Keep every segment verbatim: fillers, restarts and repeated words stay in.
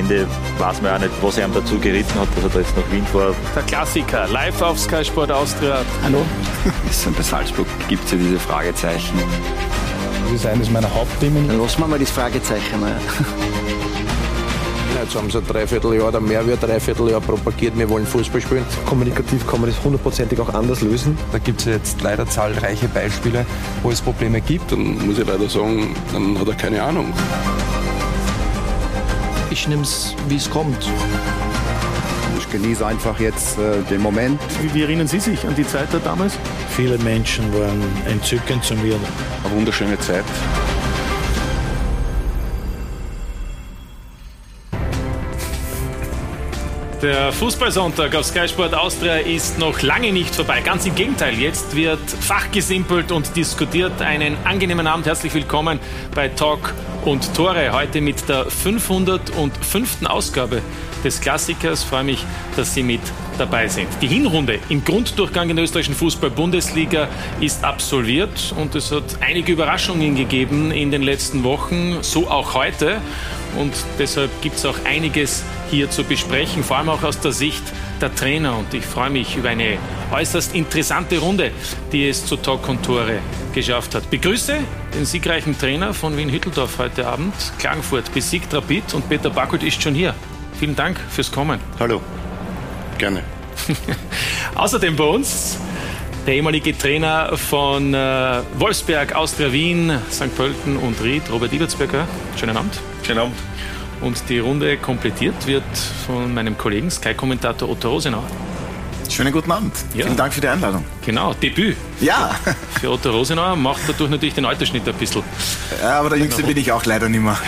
Ende weiß man auch nicht, was er ihm dazu geritten hat, dass er da jetzt nach Wien fährt. Der Klassiker, live auf Sky Sport Austria. Hallo? Bei Salzburg gibt es ja diese Fragezeichen. Das ist eines meiner Hauptthemen. Dann lassen wir mal das Fragezeichen mal. Jetzt haben sie ein Dreivierteljahr oder mehr wie ein Dreivierteljahr propagiert, wir wollen Fußball spielen. Kommunikativ kann man das hundertprozentig auch anders lösen. Da gibt es jetzt leider zahlreiche Beispiele, wo es Probleme gibt. Dann muss ich leider sagen, dann hat er keine Ahnung. Ich nehme es, wie es kommt. Ich genieße einfach jetzt äh, den Moment. Wie, wie erinnern Sie sich an die Zeit da damals? Viele Menschen waren entzückend zu mir. Eine wunderschöne Zeit. Der Fußballsonntag auf Sky Sport Austria ist noch lange nicht vorbei. Ganz im Gegenteil, jetzt wird fachgesimpelt und diskutiert. Einen angenehmen Abend, herzlich willkommen bei Talk und Tore. Heute mit der fünfhundertfünften Ausgabe des Klassikers. Ich freue mich, dass Sie mit dabei sind. Die Hinrunde im Grunddurchgang in der österreichischen Fußball-Bundesliga ist absolviert und es hat einige Überraschungen gegeben in den letzten Wochen, so auch heute. Und deshalb gibt es auch einiges hier zu besprechen, vor allem auch aus der Sicht der Trainer. Und ich freue mich über eine äußerst interessante Runde, die es zu Talk und Tore geschafft hat. Begrüße den siegreichen Trainer von Wien Hütteldorf heute Abend. Klagenfurt besiegt Rapid und Peter Backholt ist schon hier. Vielen Dank fürs Kommen. Hallo, gerne. Außerdem bei uns der ehemalige Trainer von äh, Wolfsberg, Austria Wien, Sankt Pölten und Ried, Robert Ibertsberger. Schönen Abend. Schönen Abend. Und die Runde komplettiert wird von meinem Kollegen Sky-Kommentator Otto Rosenauer. Schönen guten Abend. Ja. Vielen Dank für die Einladung. Genau, Debüt. Ja. Für Otto Rosenauer, macht dadurch natürlich den Altersschnitt ein bisschen. Ja, aber der Jüngste bin ich auch leider nicht mehr.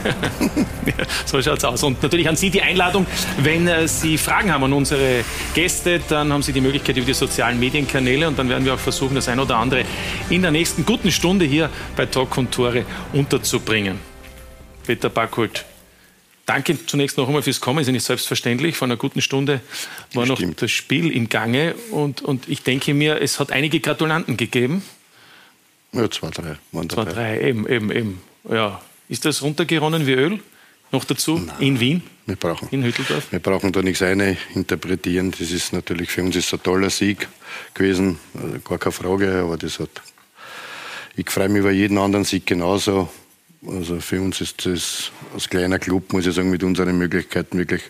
Ja, so schaut's aus. Und natürlich an Sie die Einladung, wenn äh, Sie Fragen haben an unsere Gäste, dann haben Sie die Möglichkeit über die sozialen Medienkanäle und dann werden wir auch versuchen, das ein oder andere in der nächsten guten Stunde hier bei Talk und Tore unterzubringen. Peter Backholt, danke zunächst noch einmal fürs Kommen. Ist ja nicht selbstverständlich. Vor einer guten Stunde war noch das Spiel im Gange. Und, und ich denke mir, es hat einige Gratulanten gegeben. Ja, zwei, drei. Waren zwei, drei, eben, eben, eben. Ja. Ist das runtergeronnen wie Öl? Noch dazu? Nein. In Wien? Wir brauchen, in Hütteldorf? Wir brauchen da nichts eine interpretieren. Das ist natürlich für uns ist ein toller Sieg gewesen. Gar keine Frage. Aber das hat, ich freue mich über jeden anderen Sieg genauso. Also für uns ist das als kleiner Club, muss ich sagen, mit unseren Möglichkeiten wirklich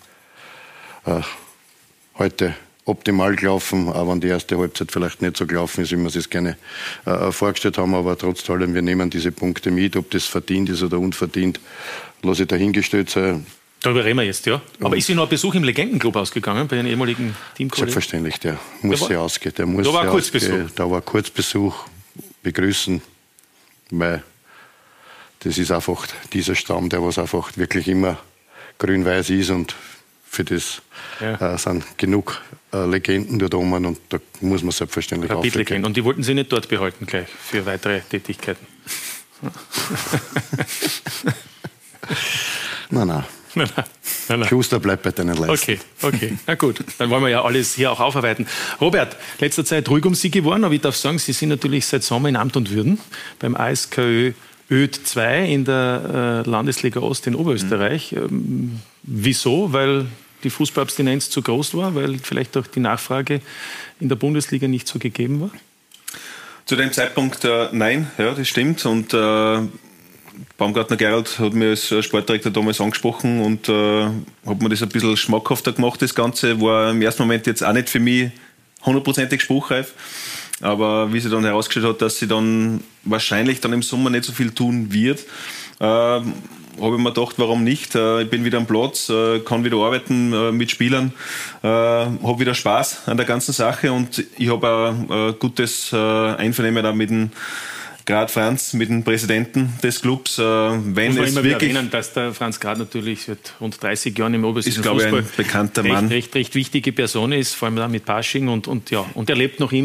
äh, heute optimal gelaufen, auch wenn die erste Halbzeit vielleicht nicht so gelaufen ist, wie wir es gerne äh, vorgestellt haben, aber trotz allem, wir nehmen diese Punkte mit, ob das verdient ist oder unverdient, lasse ich dahingestellt sein. Darüber reden wir jetzt, ja. Aber und ist Ihnen noch ein Besuch im Legendenclub ausgegangen, bei den ehemaligen Teamkollegen? Selbstverständlich, der muss der ja ausgehen. Der muss da war ein Kurzbesuch. Da war ein Kurzbesuch, begrüßen, weil das ist einfach dieser Stamm, der was einfach wirklich immer grün-weiß ist und für das ja. äh, sind genug äh, Legenden dort oben und da muss man selbstverständlich aufgehen. Und die wollten Sie nicht dort behalten gleich für weitere Tätigkeiten? nein, nein. Nein, nein. Nein, nein. Schuster bleibt bei deinen Leisten. Okay, okay. Na gut, dann wollen wir ja alles hier auch aufarbeiten. Robert, letzter Zeit ruhig um Sie geworden, aber ich darf sagen, Sie sind natürlich seit Sommer in Amt und Würden beim A S K Ö Ö zwei in der äh, Landesliga Ost in Oberösterreich. Mhm. Ähm, wieso? Weil die Fußballabstinenz zu groß war? Weil vielleicht auch die Nachfrage in der Bundesliga nicht so gegeben war? Zu dem Zeitpunkt äh, nein, ja, das stimmt. Und äh, Baumgartner Gerald hat mir als Sportdirektor damals angesprochen und äh, hat mir das ein bisschen schmackhafter gemacht, das Ganze. War im ersten Moment jetzt auch nicht für mich hundertprozentig spruchreif. Aber wie sie dann herausgestellt hat, dass sie dann wahrscheinlich dann im Sommer nicht so viel tun wird, äh, habe ich mir gedacht, warum nicht? Äh, ich bin wieder am Platz, äh, kann wieder arbeiten äh, mit Spielern, äh, habe wieder Spaß an der ganzen Sache und ich habe auch äh, gutes äh, Einvernehmen auch mit dem Grad Franz, mit dem Präsidenten des Clubs. Äh, wenn Muss man es immer wirklich erinnern, dass der Franz Grad natürlich seit rund dreißig Jahren im obersten Fußball Fußball ein bekannter recht, Mann. Recht, recht wichtige Person ist, vor allem da mit Pasching und, und ja, und er lebt noch immer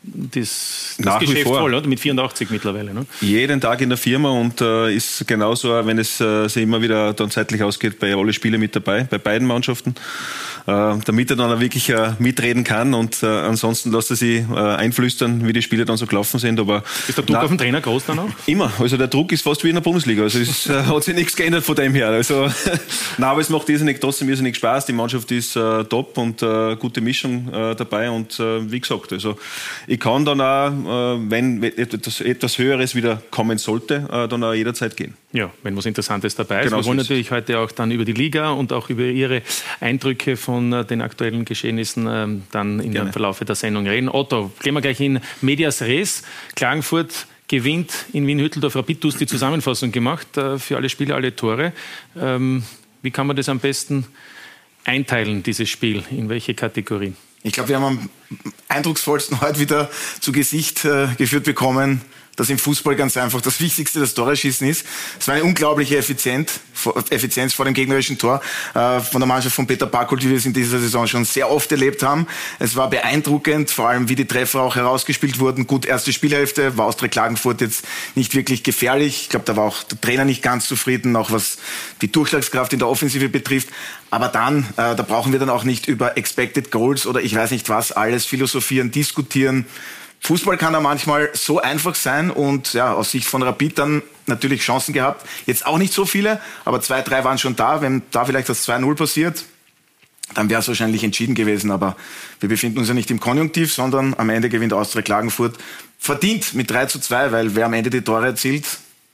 das, das Nach wie Geschäft vor. voll, oder? Mit vierundachtzig mittlerweile. Ne? Jeden Tag in der Firma und äh, ist genauso, wenn es äh, sich immer wieder dann zeitlich ausgeht, bei alle Spiele mit dabei, bei beiden Mannschaften, äh, damit er dann auch wirklich äh, mitreden kann und äh, ansonsten lässt er sich äh, einflüstern, wie die Spiele dann so gelaufen sind. Aber ist der Druck na, auf den Trainer groß dann auch? Immer. Also der Druck ist fast wie in der Bundesliga. Also es äh, hat sich nichts geändert von dem her. Also nein, aber es macht irrsinnig, trotzdem irrsinnig Spaß. Die Mannschaft ist äh, top und äh, gute Mischung äh, dabei und äh, wie gesagt, also ich kann dann auch, äh, wenn etwas, etwas Höheres wieder kommen sollte, äh, dann auch jederzeit gehen. Ja, wenn was Interessantes dabei ist. Genau Wir so wollen ist natürlich heute auch dann über die Liga und auch über Ihre Eindrücke von äh, den aktuellen Geschehnissen ähm, dann in Gerne. dem Verlauf der Sendung reden. Otto, gehen wir gleich in Medias Res. Klagenfurt gewinnt in Wien-Hütteldorf. Rapid, du hast die Zusammenfassung gemacht äh, für alle Spiele, alle Tore. Ähm, wie kann man das am besten einteilen, dieses Spiel? In welche Kategorien? Ich glaube, wir haben am eindrucksvollsten heute wieder zu Gesicht äh, geführt bekommen, dass im Fußball ganz einfach das Wichtigste das Toreschießen ist. Es war eine unglaubliche Effizienz, Effizienz vor dem gegnerischen Tor äh, von der Mannschaft von Peter Backholt, wie wir es in dieser Saison schon sehr oft erlebt haben. Es war beeindruckend, vor allem wie die Treffer auch herausgespielt wurden. Gut, erste Spielhälfte war Austria Klagenfurt jetzt nicht wirklich gefährlich. Ich glaube, da war auch der Trainer nicht ganz zufrieden, auch was die Durchschlagskraft in der Offensive betrifft. Aber dann, äh, da brauchen wir dann auch nicht über Expected Goals oder ich weiß nicht was alles philosophieren, diskutieren. Fußball kann da manchmal so einfach sein und ja, aus Sicht von Rapid dann natürlich Chancen gehabt. Jetzt auch nicht so viele, aber zwei, drei waren schon da. Wenn da vielleicht das zwei null passiert, dann wäre es wahrscheinlich entschieden gewesen. Aber wir befinden uns ja nicht im Konjunktiv, sondern am Ende gewinnt Austria Klagenfurt verdient mit drei zu zwei, weil wer am Ende die Tore erzielt,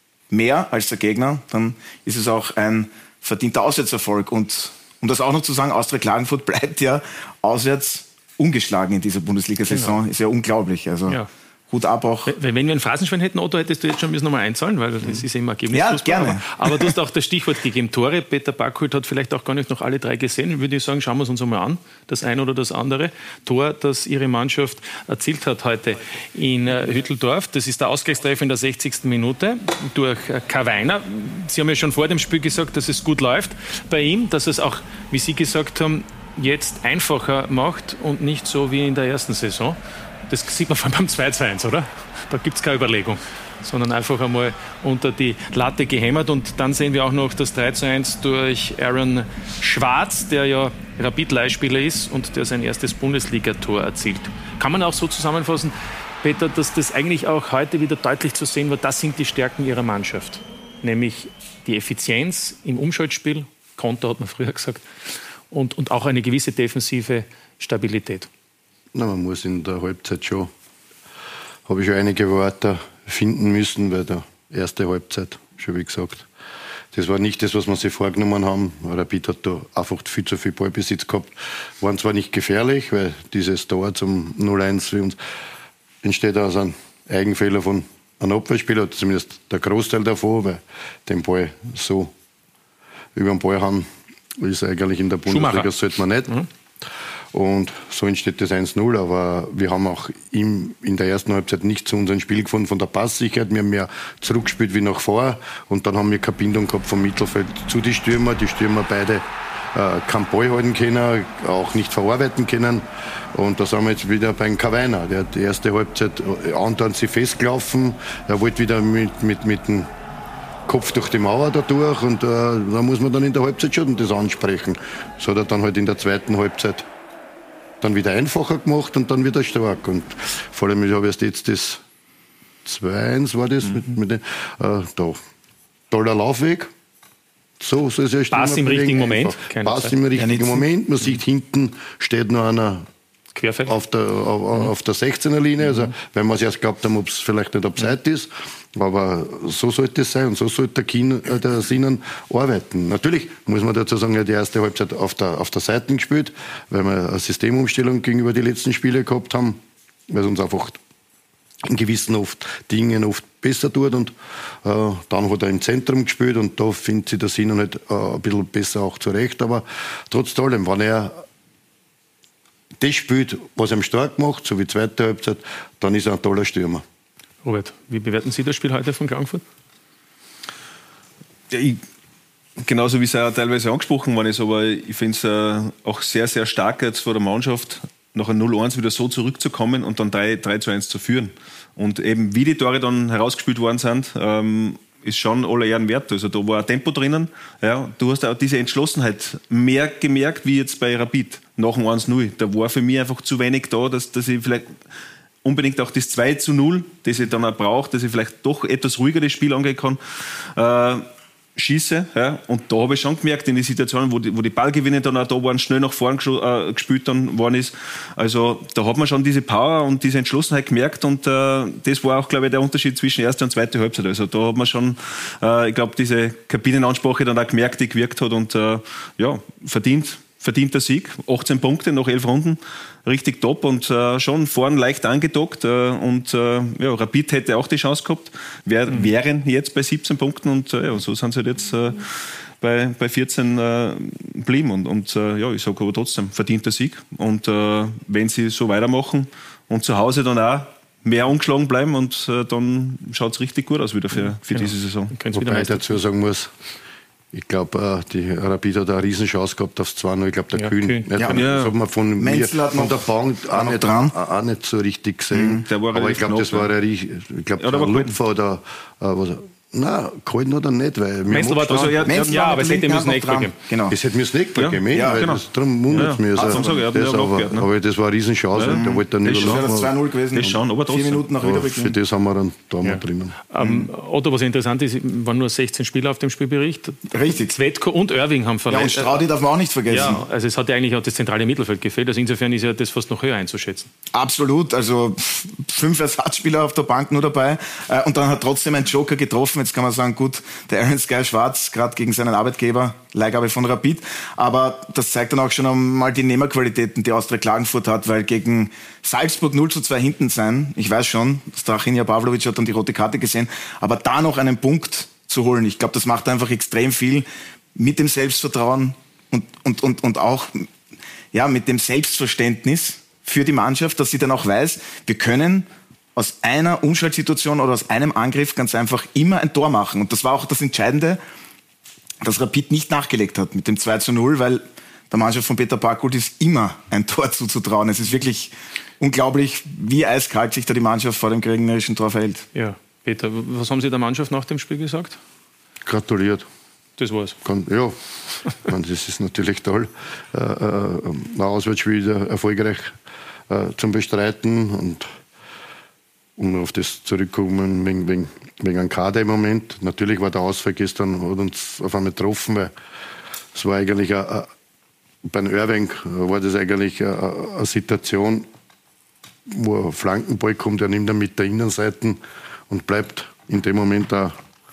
mehr als der Gegner, dann ist es auch ein verdienter Auswärtserfolg. Und um das auch noch zu sagen, Austria Klagenfurt bleibt ja auswärts ungeschlagen in dieser Bundesliga-Saison. Genau. Ist ja unglaublich. Also ja. Hut ab auch. Wenn wir ein Phrasenschwein hätten, Otto, hättest du jetzt schon nochmal einzahlen, weil das ist immer Ergebnisfußball. Ja, gerne. Aber, aber du hast auch das Stichwort gegeben, Tore. Peter Backholt hat vielleicht auch gar nicht noch alle drei gesehen. Würde ich sagen, schauen wir es uns einmal an. Das eine oder das andere Tor, das ihre Mannschaft erzielt hat heute in Hütteldorf. Das ist der Ausgleichstreffer in der sechzigsten Minute durch Kaweiner. Sie haben ja schon vor dem Spiel gesagt, dass es gut läuft bei ihm, dass es auch, wie Sie gesagt haben, jetzt einfacher macht und nicht so wie in der ersten Saison. Das sieht man vor allem beim zwei zu eins, oder? Da gibt es keine Überlegung, sondern einfach einmal unter die Latte gehämmert. Und dann sehen wir auch noch das drei zu eins durch Aaron Schwarz, der ja Rapid-Leihspieler ist und der sein erstes Bundesligator erzielt. Kann man auch so zusammenfassen, Peter, dass das eigentlich auch heute wieder deutlich zu sehen war, das sind die Stärken ihrer Mannschaft. Nämlich die Effizienz im Umschaltspiel, Konter hat man früher gesagt, Und, und auch eine gewisse defensive Stabilität. Na, man muss in der Halbzeit schon, habe ich schon einige Worte finden müssen, bei der ersten Halbzeit, schon wie gesagt. Das war nicht das, was wir sich vorgenommen haben. Rapid hat da einfach viel zu viel Ballbesitz gehabt. Waren zwar nicht gefährlich, weil dieses Tor zum null eins für uns entsteht aus einem Eigenfehler von einem Abwehrspieler, zumindest der Großteil davon, weil den Ball so über den Ball haben, ist eigentlich in der Bundesliga, sollte man nicht. Mhm. Und so entsteht das eins null, aber wir haben auch im, in der ersten Halbzeit nicht zu unserem Spiel gefunden von der Passsicherheit. Wir haben mehr zurückgespielt wie nach vor und dann haben wir keine Bindung gehabt vom Mittelfeld zu den Stürmer. Die Stürmer beide äh, keinen Ball halten können, auch nicht verarbeiten können. Und da sind wir jetzt wieder beim Kaweiner. Der hat die erste Halbzeit andauernd sich festgelaufen. Er wollte wieder mit, mit, mit dem Kopf durch die Mauer da durch und äh, da muss man dann in der Halbzeit schon das ansprechen. Das hat er dann halt in der zweiten Halbzeit dann wieder einfacher gemacht und dann wieder stark. Und vor allem, ich habe erst jetzt das zwei eins war das, mhm. mit, mit den, äh, da. Toller Laufweg. So, so ist ja Pass im richtigen Moment. Pass Zeit. im richtigen ja, Moment. Man sieht, hinten steht noch einer Querfeld auf der, auf, mhm. auf der sechzehner Linie. Also, wenn man es erst glaubt haben, ob es vielleicht nicht abseits mhm. ist. Aber so sollte es sein und so sollte der, Kien, äh, der Sinnen arbeiten. Natürlich muss man dazu sagen, er hat die erste Halbzeit auf der, auf der Seite gespielt, weil wir eine Systemumstellung gegenüber den letzten Spielen gehabt haben, weil es uns einfach in gewissen oft Dingen oft besser tut. Und äh, dann hat er im Zentrum gespielt und da findet sich der Sinnen halt äh, ein bisschen besser auch zurecht. Aber trotz allem, wenn er das spielt, was er stark macht, so wie zweite Halbzeit, dann ist er ein toller Stürmer. Robert, wie bewerten Sie das Spiel heute von Klagenfurt? Ja, ich, genauso wie es ja teilweise angesprochen worden ist, aber ich finde es äh, auch sehr, sehr stark jetzt von der Mannschaft, nach einem null eins wieder so zurückzukommen und dann drei zu eins zu führen. Und eben wie die Tore dann herausgespielt worden sind, ähm, ist schon aller Ehren wert. Also da war ein Tempo drinnen. Ja, du hast auch diese Entschlossenheit mehr gemerkt, wie jetzt bei Rapid nach dem eins null. Da war für mich einfach zu wenig da, dass, dass ich vielleicht unbedingt auch das zwei zu null, das ich dann auch brauche, dass ich vielleicht doch etwas ruhiger das Spiel angehen kann, äh, schieße. Ja. Und da habe ich schon gemerkt, in den Situationen, wo die, wo die Ballgewinne dann auch da waren, schnell nach vorn äh, gespielt dann worden ist. Also da hat man schon diese Power und diese Entschlossenheit gemerkt und äh, das war auch, glaube ich, der Unterschied zwischen erster und zweiter Halbzeit. Also da hat man schon, äh, ich glaube, diese Kabinenansprache dann auch gemerkt, die gewirkt hat und äh, ja, verdient. Verdienter Sieg, achtzehn Punkte nach elf Runden, richtig top und äh, schon vorn leicht angedockt äh, und äh, ja, Rapid hätte auch die Chance gehabt, wär, mhm. wären jetzt bei siebzehn Punkten und äh, ja, so sind sie jetzt äh, bei, bei vierzehn äh, geblieben und, und äh, ja, ich sage aber trotzdem, verdienter Sieg und äh, wenn sie so weitermachen und zu Hause dann auch mehr ungeschlagen bleiben und äh, dann schaut es richtig gut aus wieder für, für genau. diese Saison. Wobei ich dazu sagen muss, ich glaube, die Rapid hat eine Riesenchance gehabt aufs zwei null. Ich glaube, der ja, Kühn. Kühn. Ja, ja. Das hat man von, mir, von der Bank auch nicht, dran. auch nicht so richtig gesehen. Mhm, aber ich glaube, das war ein ich glaube, ja, ein Lupfer oder äh, was. Nein, gehalten hat er nicht, weil... Menzel war dran. Also, ja, ja, ja, aber es hätte müssen Eck geben. Genau. Es hätte müssen Eck geben, ja, ja, genau. das, darum wundert es ja, ja. mich. Also, also, das aber, abgehört, ne? aber das war eine Riesenchance, ja. Der wollte dann nicht überlassen. Das wäre das zwei null gewesen. Das schon, aber vier Minuten nach Wiederbeginn. Für das haben wir dann da ja. mal drinnen. Ähm, Otto, was interessant ist, waren nur sechzehn Spieler auf dem Spielbericht. Richtig. Zvetko und Irving haben verletzt. Ja, und Straudi darf man auch nicht vergessen. Ja, also es hat ja eigentlich auch das zentrale Mittelfeld gefehlt. Also insofern ist ja das fast noch höher einzuschätzen. Absolut. Also fünf Ersatzspieler auf der Bank nur dabei. Und dann hat trotzdem ein Joker getroffen. Jetzt kann man sagen, gut, der Aaron Sky Schwarz, gerade gegen seinen Arbeitgeber, Leihgabe von Rapid. Aber das zeigt dann auch schon einmal die Nehmerqualitäten, die Austria Klagenfurt hat, weil gegen Salzburg null zu zwei hinten sein, ich weiß schon, Strachinja Pavlovic hat dann die rote Karte gesehen, aber da noch einen Punkt zu holen, ich glaube, das macht einfach extrem viel mit dem Selbstvertrauen und, und, und, und auch ja, mit dem Selbstverständnis für die Mannschaft, dass sie dann auch weiß, wir können aus einer Umschaltsituation oder aus einem Angriff ganz einfach immer ein Tor machen. Und das war auch das Entscheidende, dass Rapid nicht nachgelegt hat mit dem zwei zu null, weil der Mannschaft von Peter Backholt ist immer ein Tor zuzutrauen. Es ist wirklich unglaublich, wie eiskalt sich da die Mannschaft vor dem gegnerischen Tor verhält. Ja, Peter, was haben Sie der Mannschaft nach dem Spiel gesagt? Gratuliert. Das war's. Ja, das ist natürlich toll. Äh, äh, ein Auswärtsspiel erfolgreich äh, zum Bestreiten und um auf das zurückzukommen, wegen, wegen, wegen einem Kader im Moment. Natürlich war der Ausfall gestern, hat uns auf einmal getroffen, weil es war eigentlich, a, a, beim Irving war das eigentlich eine Situation, wo ein Flankenball kommt, er nimmt dann mit der Innenseite und bleibt in dem Moment auch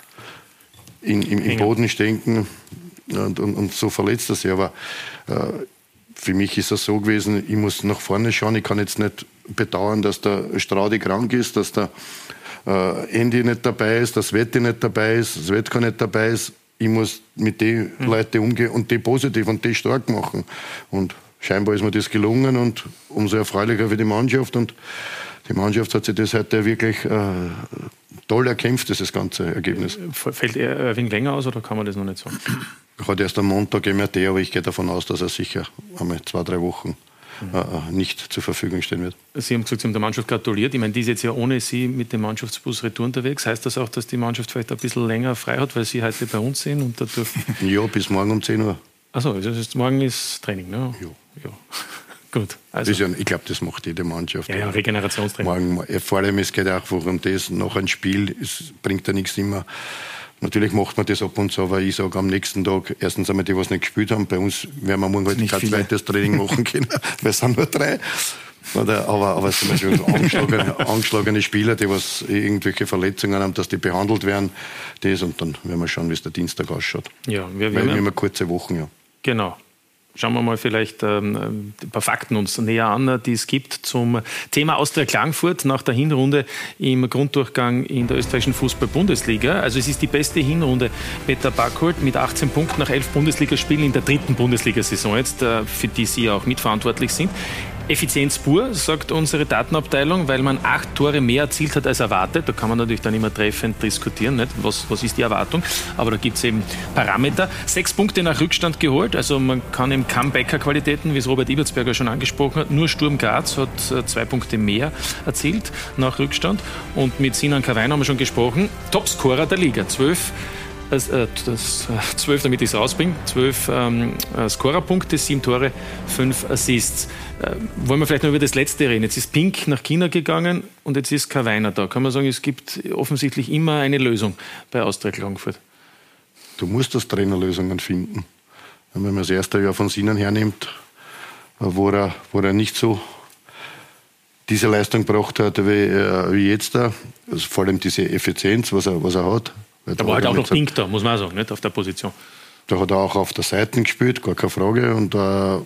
in, im, im Boden stecken und, und, und so verletzt er sich. Aber äh, für mich ist es so gewesen, ich muss nach vorne schauen, ich kann jetzt nicht bedauern, dass der Straudi krank ist, dass der äh, Andy nicht dabei ist, dass Wetti nicht dabei ist, dass Wetko nicht dabei ist. Ich muss mit den mhm. Leuten umgehen und die positiv und die stark machen. Und scheinbar ist mir das gelungen und umso erfreulicher für die Mannschaft. Und die Mannschaft hat sich das heute wirklich äh, toll erkämpft, dieses ganze Ergebnis. Fällt er ein wenig länger aus oder kann man das noch nicht sagen? Hat erst am Montag M R T, aber ich gehe davon aus, dass er sicher einmal zwei, drei Wochen äh, nicht zur Verfügung stehen wird. Sie haben gesagt, Sie haben der Mannschaft gratuliert. Ich meine, die ist jetzt ja ohne Sie mit dem Mannschaftsbus retour unterwegs. Heißt das auch, dass die Mannschaft vielleicht ein bisschen länger frei hat, weil Sie heute bei uns sind? Und dadurch ja, bis morgen um zehn Uhr. Achso, also ist, morgen ist Training, ne? Ja. Ja. Gut. Also. Ja, ich glaube, das macht jede Mannschaft. Ja, ja, Regenerationstraining. Morgen, vor allem, es geht auch um das, nach einem Spiel, es bringt ja nichts immer. Natürlich macht man das ab und zu, aber ich sage am nächsten Tag, erstens einmal die, was nicht gespielt haben, bei uns werden wir morgen halt kein viele. zweites Training machen können, weil es sind nur drei. Oder, aber, aber zum Beispiel angeschlagene, angeschlagene Spieler, die was irgendwelche Verletzungen haben, dass die behandelt werden, das, und dann werden wir schauen, wie es der Dienstag ausschaut. Ja, wir, wir weil wir immer kurze Wochen, ja. Genau. Schauen wir mal vielleicht ähm, ein paar Fakten uns näher an, die es gibt zum Thema Austria Klagenfurt nach der Hinrunde im Grunddurchgang in der österreichischen Fußball-Bundesliga. Also es ist die beste Hinrunde. Peter Backholt mit achtzehn Punkten nach elf Bundesligaspielen in der dritten Bundesliga-Saison jetzt, äh, für die Sie auch mitverantwortlich sind. Effizienz pur, sagt unsere Datenabteilung, weil man acht Tore mehr erzielt hat als erwartet. Da kann man natürlich dann immer treffend diskutieren, nicht? Was, was ist die Erwartung. Aber da gibt es eben Parameter. Sechs Punkte nach Rückstand geholt. Also man kann im Comebacker-Qualitäten, wie es Robert Ibertsberger schon angesprochen hat, nur Sturm Graz hat zwei Punkte mehr erzielt nach Rückstand. Und mit Sinan Kawai haben wir schon gesprochen. Topscorer der Liga. Zwölf Das, äh, das, äh, zwölf, damit ich es rausbringe, zwölf ähm, äh, Scorerpunkte, sieben Tore, fünf Assists. Äh, wollen wir vielleicht noch über das Letzte reden? Jetzt ist Pink nach China gegangen und jetzt ist Kawai da. Kann man sagen, es gibt offensichtlich immer eine Lösung bei Austria Klagenfurt? Du musst das Trainerlösungen finden. Wenn man das erste Jahr von Sinan hernimmt, wo er, wo er nicht so diese Leistung gebracht hat wie, äh, wie jetzt da, also vor allem diese Effizienz, was er, was er hat. Da, da war halt auch noch Pink da, muss man auch sagen, nicht auf der Position. Da hat er auch auf der Seite gespielt, gar keine Frage. Und äh,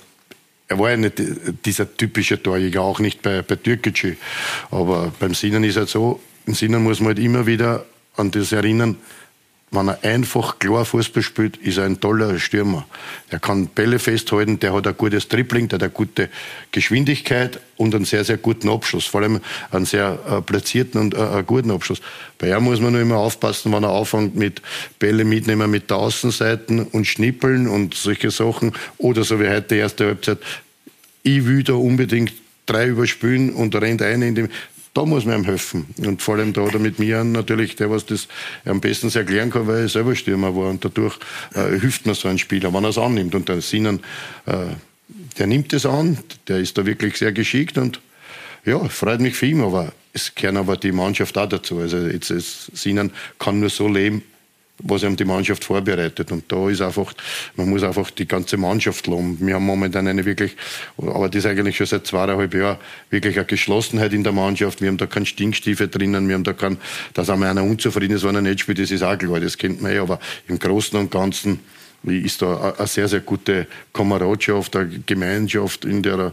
er war ja nicht dieser typische Torjäger, auch nicht bei, bei Türkgücü. Aber beim Sinan ist es halt so, im Sinan muss man halt immer wieder an das erinnern, wenn er einfach klar Fußball spielt, ist er ein toller Stürmer. Er kann Bälle festhalten, der hat ein gutes Dribbling, der hat eine gute Geschwindigkeit und einen sehr, sehr guten Abschluss. Vor allem einen sehr äh, platzierten und äh, guten Abschluss. Bei ihm muss man nur immer aufpassen, wenn er anfängt mit Bälle mitnehmen mit der Außenseiten und Schnippeln und solche Sachen. Oder so wie heute die erste Halbzeit, ich will da unbedingt drei überspielen und rennt ein in dem... Da muss man ihm helfen. Und vor allem da hat er mit mir natürlich, der was das am besten erklären kann, weil er selber Stürmer war. Und dadurch äh, hilft mir so ein Spieler, wenn er es annimmt. Und der Sinan, äh, der nimmt es an, der ist da wirklich sehr geschickt. Und ja, freut mich für ihn, aber es gehört aber die Mannschaft auch dazu. Also jetzt ist, Sinan kann nur so leben, was ihm die Mannschaft vorbereitet. Und da ist einfach, man muss einfach die ganze Mannschaft loben. Wir haben momentan eine wirklich, aber das eigentlich schon seit zweieinhalb Jahren, wirklich eine Geschlossenheit in der Mannschaft. Wir haben da keinen Stinkstiefel drinnen, wir haben da keinen, dass einmal einer unzufrieden ist, wenn er nicht spielt, das ist auch klar, das kennt man eh, aber im Großen und Ganzen ist da eine sehr, sehr gute Kameradschaft, eine Gemeinschaft in, der,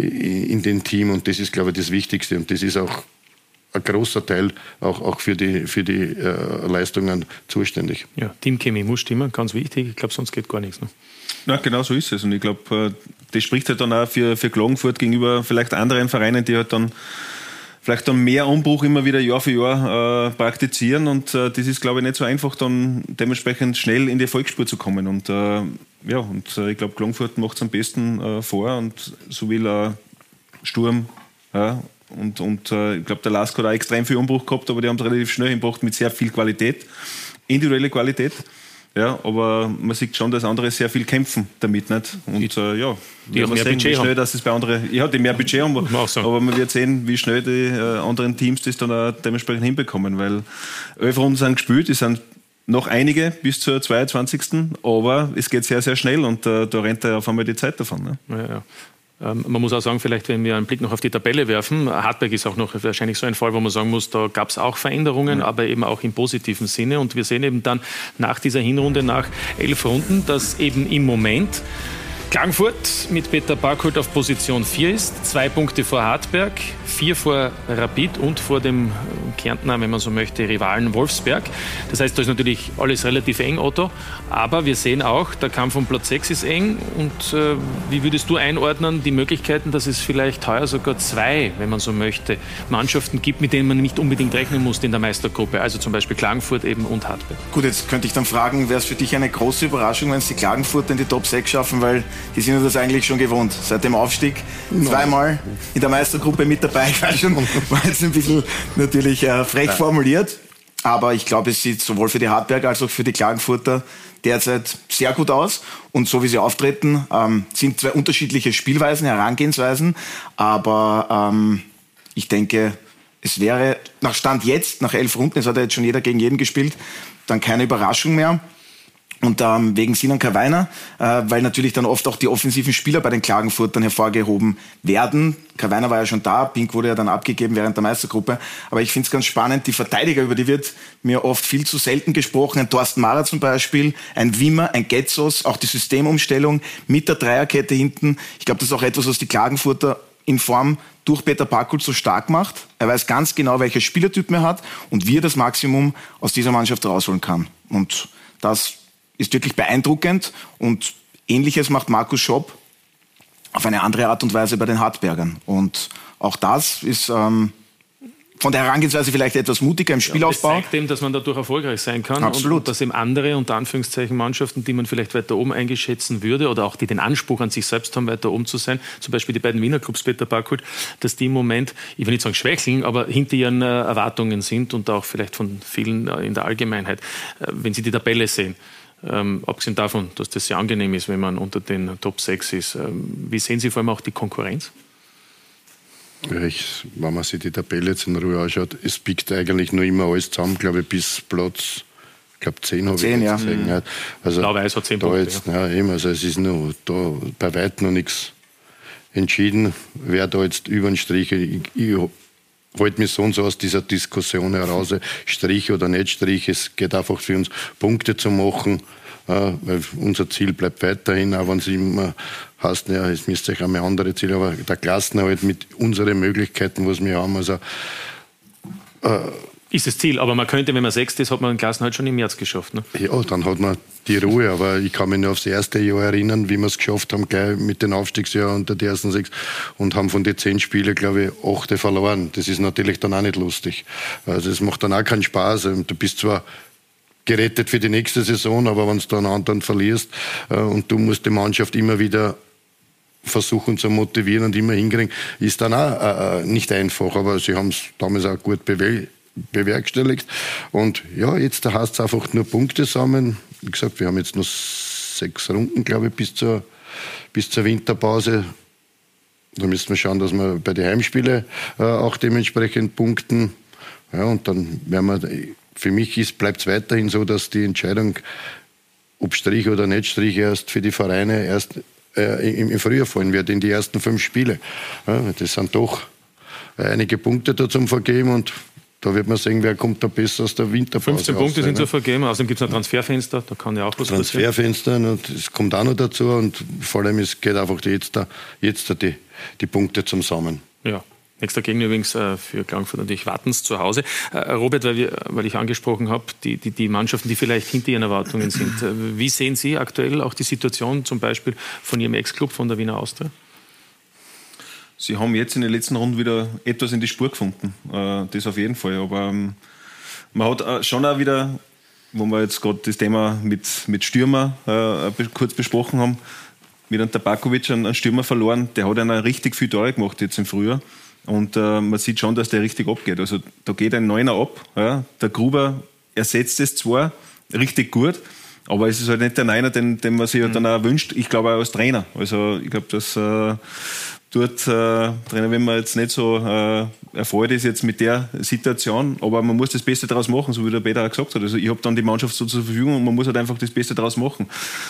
in dem Team und das ist, glaube ich, das Wichtigste und das ist auch ein großer Teil auch, auch für die, für die äh, Leistungen zuständig. Ja, Teamchemie muss stimmen, ganz wichtig. Ich glaube, sonst geht gar nichts. Ne? Ja, genau so ist es. Und ich glaube, das spricht halt dann auch für, für Klagenfurt gegenüber vielleicht anderen Vereinen, die halt dann vielleicht dann mehr Umbruch immer wieder Jahr für Jahr äh, praktizieren. Und äh, das ist, glaube ich, nicht so einfach, dann dementsprechend schnell in die Erfolgsspur zu kommen. Und äh, ja, und äh, ich glaube, Klagenfurt macht es am besten äh, vor. Und so will er Sturm, ja, Und, und äh, ich glaube, der Lask hat auch extrem viel Umbruch gehabt, aber die haben es relativ schnell hingebracht mit sehr viel Qualität, individuelle Qualität. Ja, aber man sieht schon, dass andere sehr viel kämpfen damit, nicht? Und äh, ja, die haben mehr sehen, Budget wie schnell haben. Das bei anderen, ja, die mehr Budget haben, aber man wird sehen, wie schnell die äh, anderen Teams das dann auch dementsprechend hinbekommen, weil elf Runden sind gespielt, es sind noch einige bis zur zweiundzwanzigsten aber es geht sehr, sehr schnell und äh, da rennt ja auf einmal die Zeit davon. Ne? Ja, ja. Man muss auch sagen, vielleicht, wenn wir einen Blick noch auf die Tabelle werfen, Hartberg ist auch noch wahrscheinlich so ein Fall, wo man sagen muss, da gab es auch Veränderungen, ja. aber eben auch im positiven Sinne. Und wir sehen eben dann nach dieser Hinrunde, nach elf Runden, dass eben im Moment Klagenfurt mit Peter Parkholt auf Position vier ist, zwei Punkte vor Hartberg, vier vor Rapid und vor dem Kärntner, wenn man so möchte, Rivalen Wolfsberg. Das heißt, da ist natürlich alles relativ eng, Otto, aber wir sehen auch, der Kampf um Platz sechs ist eng und äh, wie würdest du einordnen die Möglichkeiten, dass es vielleicht heuer sogar zwei, wenn man so möchte, Mannschaften gibt, mit denen man nicht unbedingt rechnen muss in der Meistergruppe, also zum Beispiel Klagenfurt eben und Hartberg. Gut, jetzt könnte ich dann fragen, wäre es für dich eine große Überraschung, wenn es die Klagenfurter in die Top sechs schaffen, weil die sind ja das eigentlich schon gewohnt. Seit dem Aufstieg zweimal in der Meistergruppe mit dabei. Ich weiß schon, war jetzt ein bisschen natürlich äh, frech ja. formuliert. Aber ich glaube, es sieht sowohl für die Hartberg als auch für die Klagenfurter derzeit sehr gut aus. Und so wie sie auftreten, ähm, sind zwei unterschiedliche Spielweisen, Herangehensweisen. Aber ähm, ich denke, es wäre nach Stand jetzt, nach elf Runden, es hat ja jetzt schon jeder gegen jeden gespielt, dann keine Überraschung mehr. Und ähm, wegen Sinan Kawai, äh, weil natürlich dann oft auch die offensiven Spieler bei den Klagenfurtern hervorgehoben werden. Kawai war ja schon da, Pink wurde ja dann abgegeben während der Meistergruppe. Aber ich finde es ganz spannend, die Verteidiger, über die wird mir oft viel zu selten gesprochen. Ein Thorsten Mahrer zum Beispiel, ein Wimmer, ein Getzos, auch die Systemumstellung mit der Dreierkette hinten. Ich glaube, das ist auch etwas, was die Klagenfurter in Form durch Peter Parkholt so stark macht. Er weiß ganz genau, welcher Spielertyp er hat und wie er das Maximum aus dieser Mannschaft rausholen kann. Und das ist wirklich beeindruckend und Ähnliches macht Markus Schopp auf eine andere Art und Weise bei den Hartbergern. Und auch das ist ähm, von der Herangehensweise vielleicht etwas mutiger im Spielaufbau. Ja, das zeigt eben, dass man dadurch erfolgreich sein kann. Absolut. Und dass eben andere, unter Anführungszeichen, Mannschaften, die man vielleicht weiter oben eingeschätzen würde oder auch die den Anspruch an sich selbst haben, weiter oben zu sein, zum Beispiel die beiden Wiener Clubs, Peter Backholt, dass die im Moment, ich will nicht sagen schwächeln, aber hinter ihren äh, Erwartungen sind und auch vielleicht von vielen äh, in der Allgemeinheit. Äh, wenn Sie die Tabelle sehen, ähm, abgesehen davon, dass das sehr angenehm ist, wenn man unter den Top sechs ist, ähm, wie sehen Sie vor allem auch die Konkurrenz? Ja, ich, wenn man sich die Tabelle jetzt in Ruhe anschaut, es biegt eigentlich nur immer alles zusammen, glaube ich, bis Platz, ich glaube zehn habe ich jetzt ja. gesehen. Mhm. Also Blau-Weiß hat zehn da Punkte. Jetzt, ja. Ja, eben, also es ist noch, da bei weitem noch nichts entschieden, wer da jetzt über den Strich, ich, ich halte mich so und so aus dieser Diskussion heraus, Strich oder nicht Strich, es geht einfach für uns, Punkte zu machen. Ja, weil unser Ziel bleibt weiterhin, auch wenn es immer heißt, ja, es müsste euch einmal andere Ziele, aber der Klassenerhalt mit unseren Möglichkeiten, was wir haben, also äh, ist das Ziel, aber man könnte, wenn man sechst ist, hat man den Klassenerhalt schon im März geschafft. Ne? Ja, dann hat man die Ruhe, aber ich kann mich nur aufs erste Jahr erinnern, wie wir es geschafft haben, gleich mit den Aufstiegsjahren unter die ersten sechs und haben von den zehn Spielen, glaube ich, achte verloren. Das ist natürlich dann auch nicht lustig. Also das macht dann auch keinen Spaß. Du bist zwar gerettet für die nächste Saison, aber wenn du dann einen anderen verlierst äh, und du musst die Mannschaft immer wieder versuchen zu motivieren und immer hinkriegen, ist dann auch äh, nicht einfach, aber sie haben es damals auch gut bewe- bewerkstelligt und ja, jetzt heißt es einfach nur Punkte sammeln. Wie gesagt, wir haben jetzt noch sechs Runden, glaube ich, bis zur, bis zur Winterpause. Da müssen wir schauen, dass wir bei den Heimspielen äh, auch dementsprechend punkten. Ja, und dann werden wir, für mich bleibt es weiterhin so, dass die Entscheidung, ob Strich oder nicht Strich, erst für die Vereine erst äh, im, im Frühjahr fallen wird, in die ersten fünf Spiele. Ja, das sind doch einige Punkte da zum Vergeben und da wird man sehen, wer kommt da besser aus der Winterpause. fünfzehn Punkte raus, sind ne? zu vergeben, außerdem gibt es noch Transferfenster, da kann ja auch was Transferfenster, und das kommt auch noch dazu und vor allem es geht einfach jetzt, da, jetzt da die, die Punkte zum Sammeln. Ja. Nächster Gegner übrigens äh, für Klagenfurt natürlich Wattens zu Hause. Äh, Robert, weil, wir, weil ich angesprochen habe, die, die, die Mannschaften, die vielleicht hinter ihren Erwartungen sind. Äh, wie sehen Sie aktuell auch die Situation zum Beispiel von Ihrem Ex-Club, von der Wiener Austria? Sie haben jetzt in den letzten Runden wieder etwas in die Spur gefunden. Äh, das auf jeden Fall. Aber ähm, man hat äh, schon auch wieder, wo wir jetzt gerade das Thema mit, mit Stürmer äh, kurz besprochen haben, mit einem Tabakovic einen, einen Stürmer verloren. Der hat einen richtig viel Tore gemacht jetzt im Frühjahr. Und äh, man sieht schon, dass der richtig abgeht. Also da geht ein Neuner ab. Ja. Der Gruber ersetzt es zwar richtig gut, aber es ist halt nicht der Neuner, den, den man sich mhm. dann auch wünscht. Ich glaube auch als Trainer. Also ich glaube, dass äh, dort äh, Trainer, wenn man jetzt nicht so äh, erfreut ist jetzt mit der Situation, aber man muss das Beste daraus machen, so wie der Peter auch gesagt hat. Also ich habe dann die Mannschaft so zur Verfügung und man muss halt einfach das Beste daraus machen.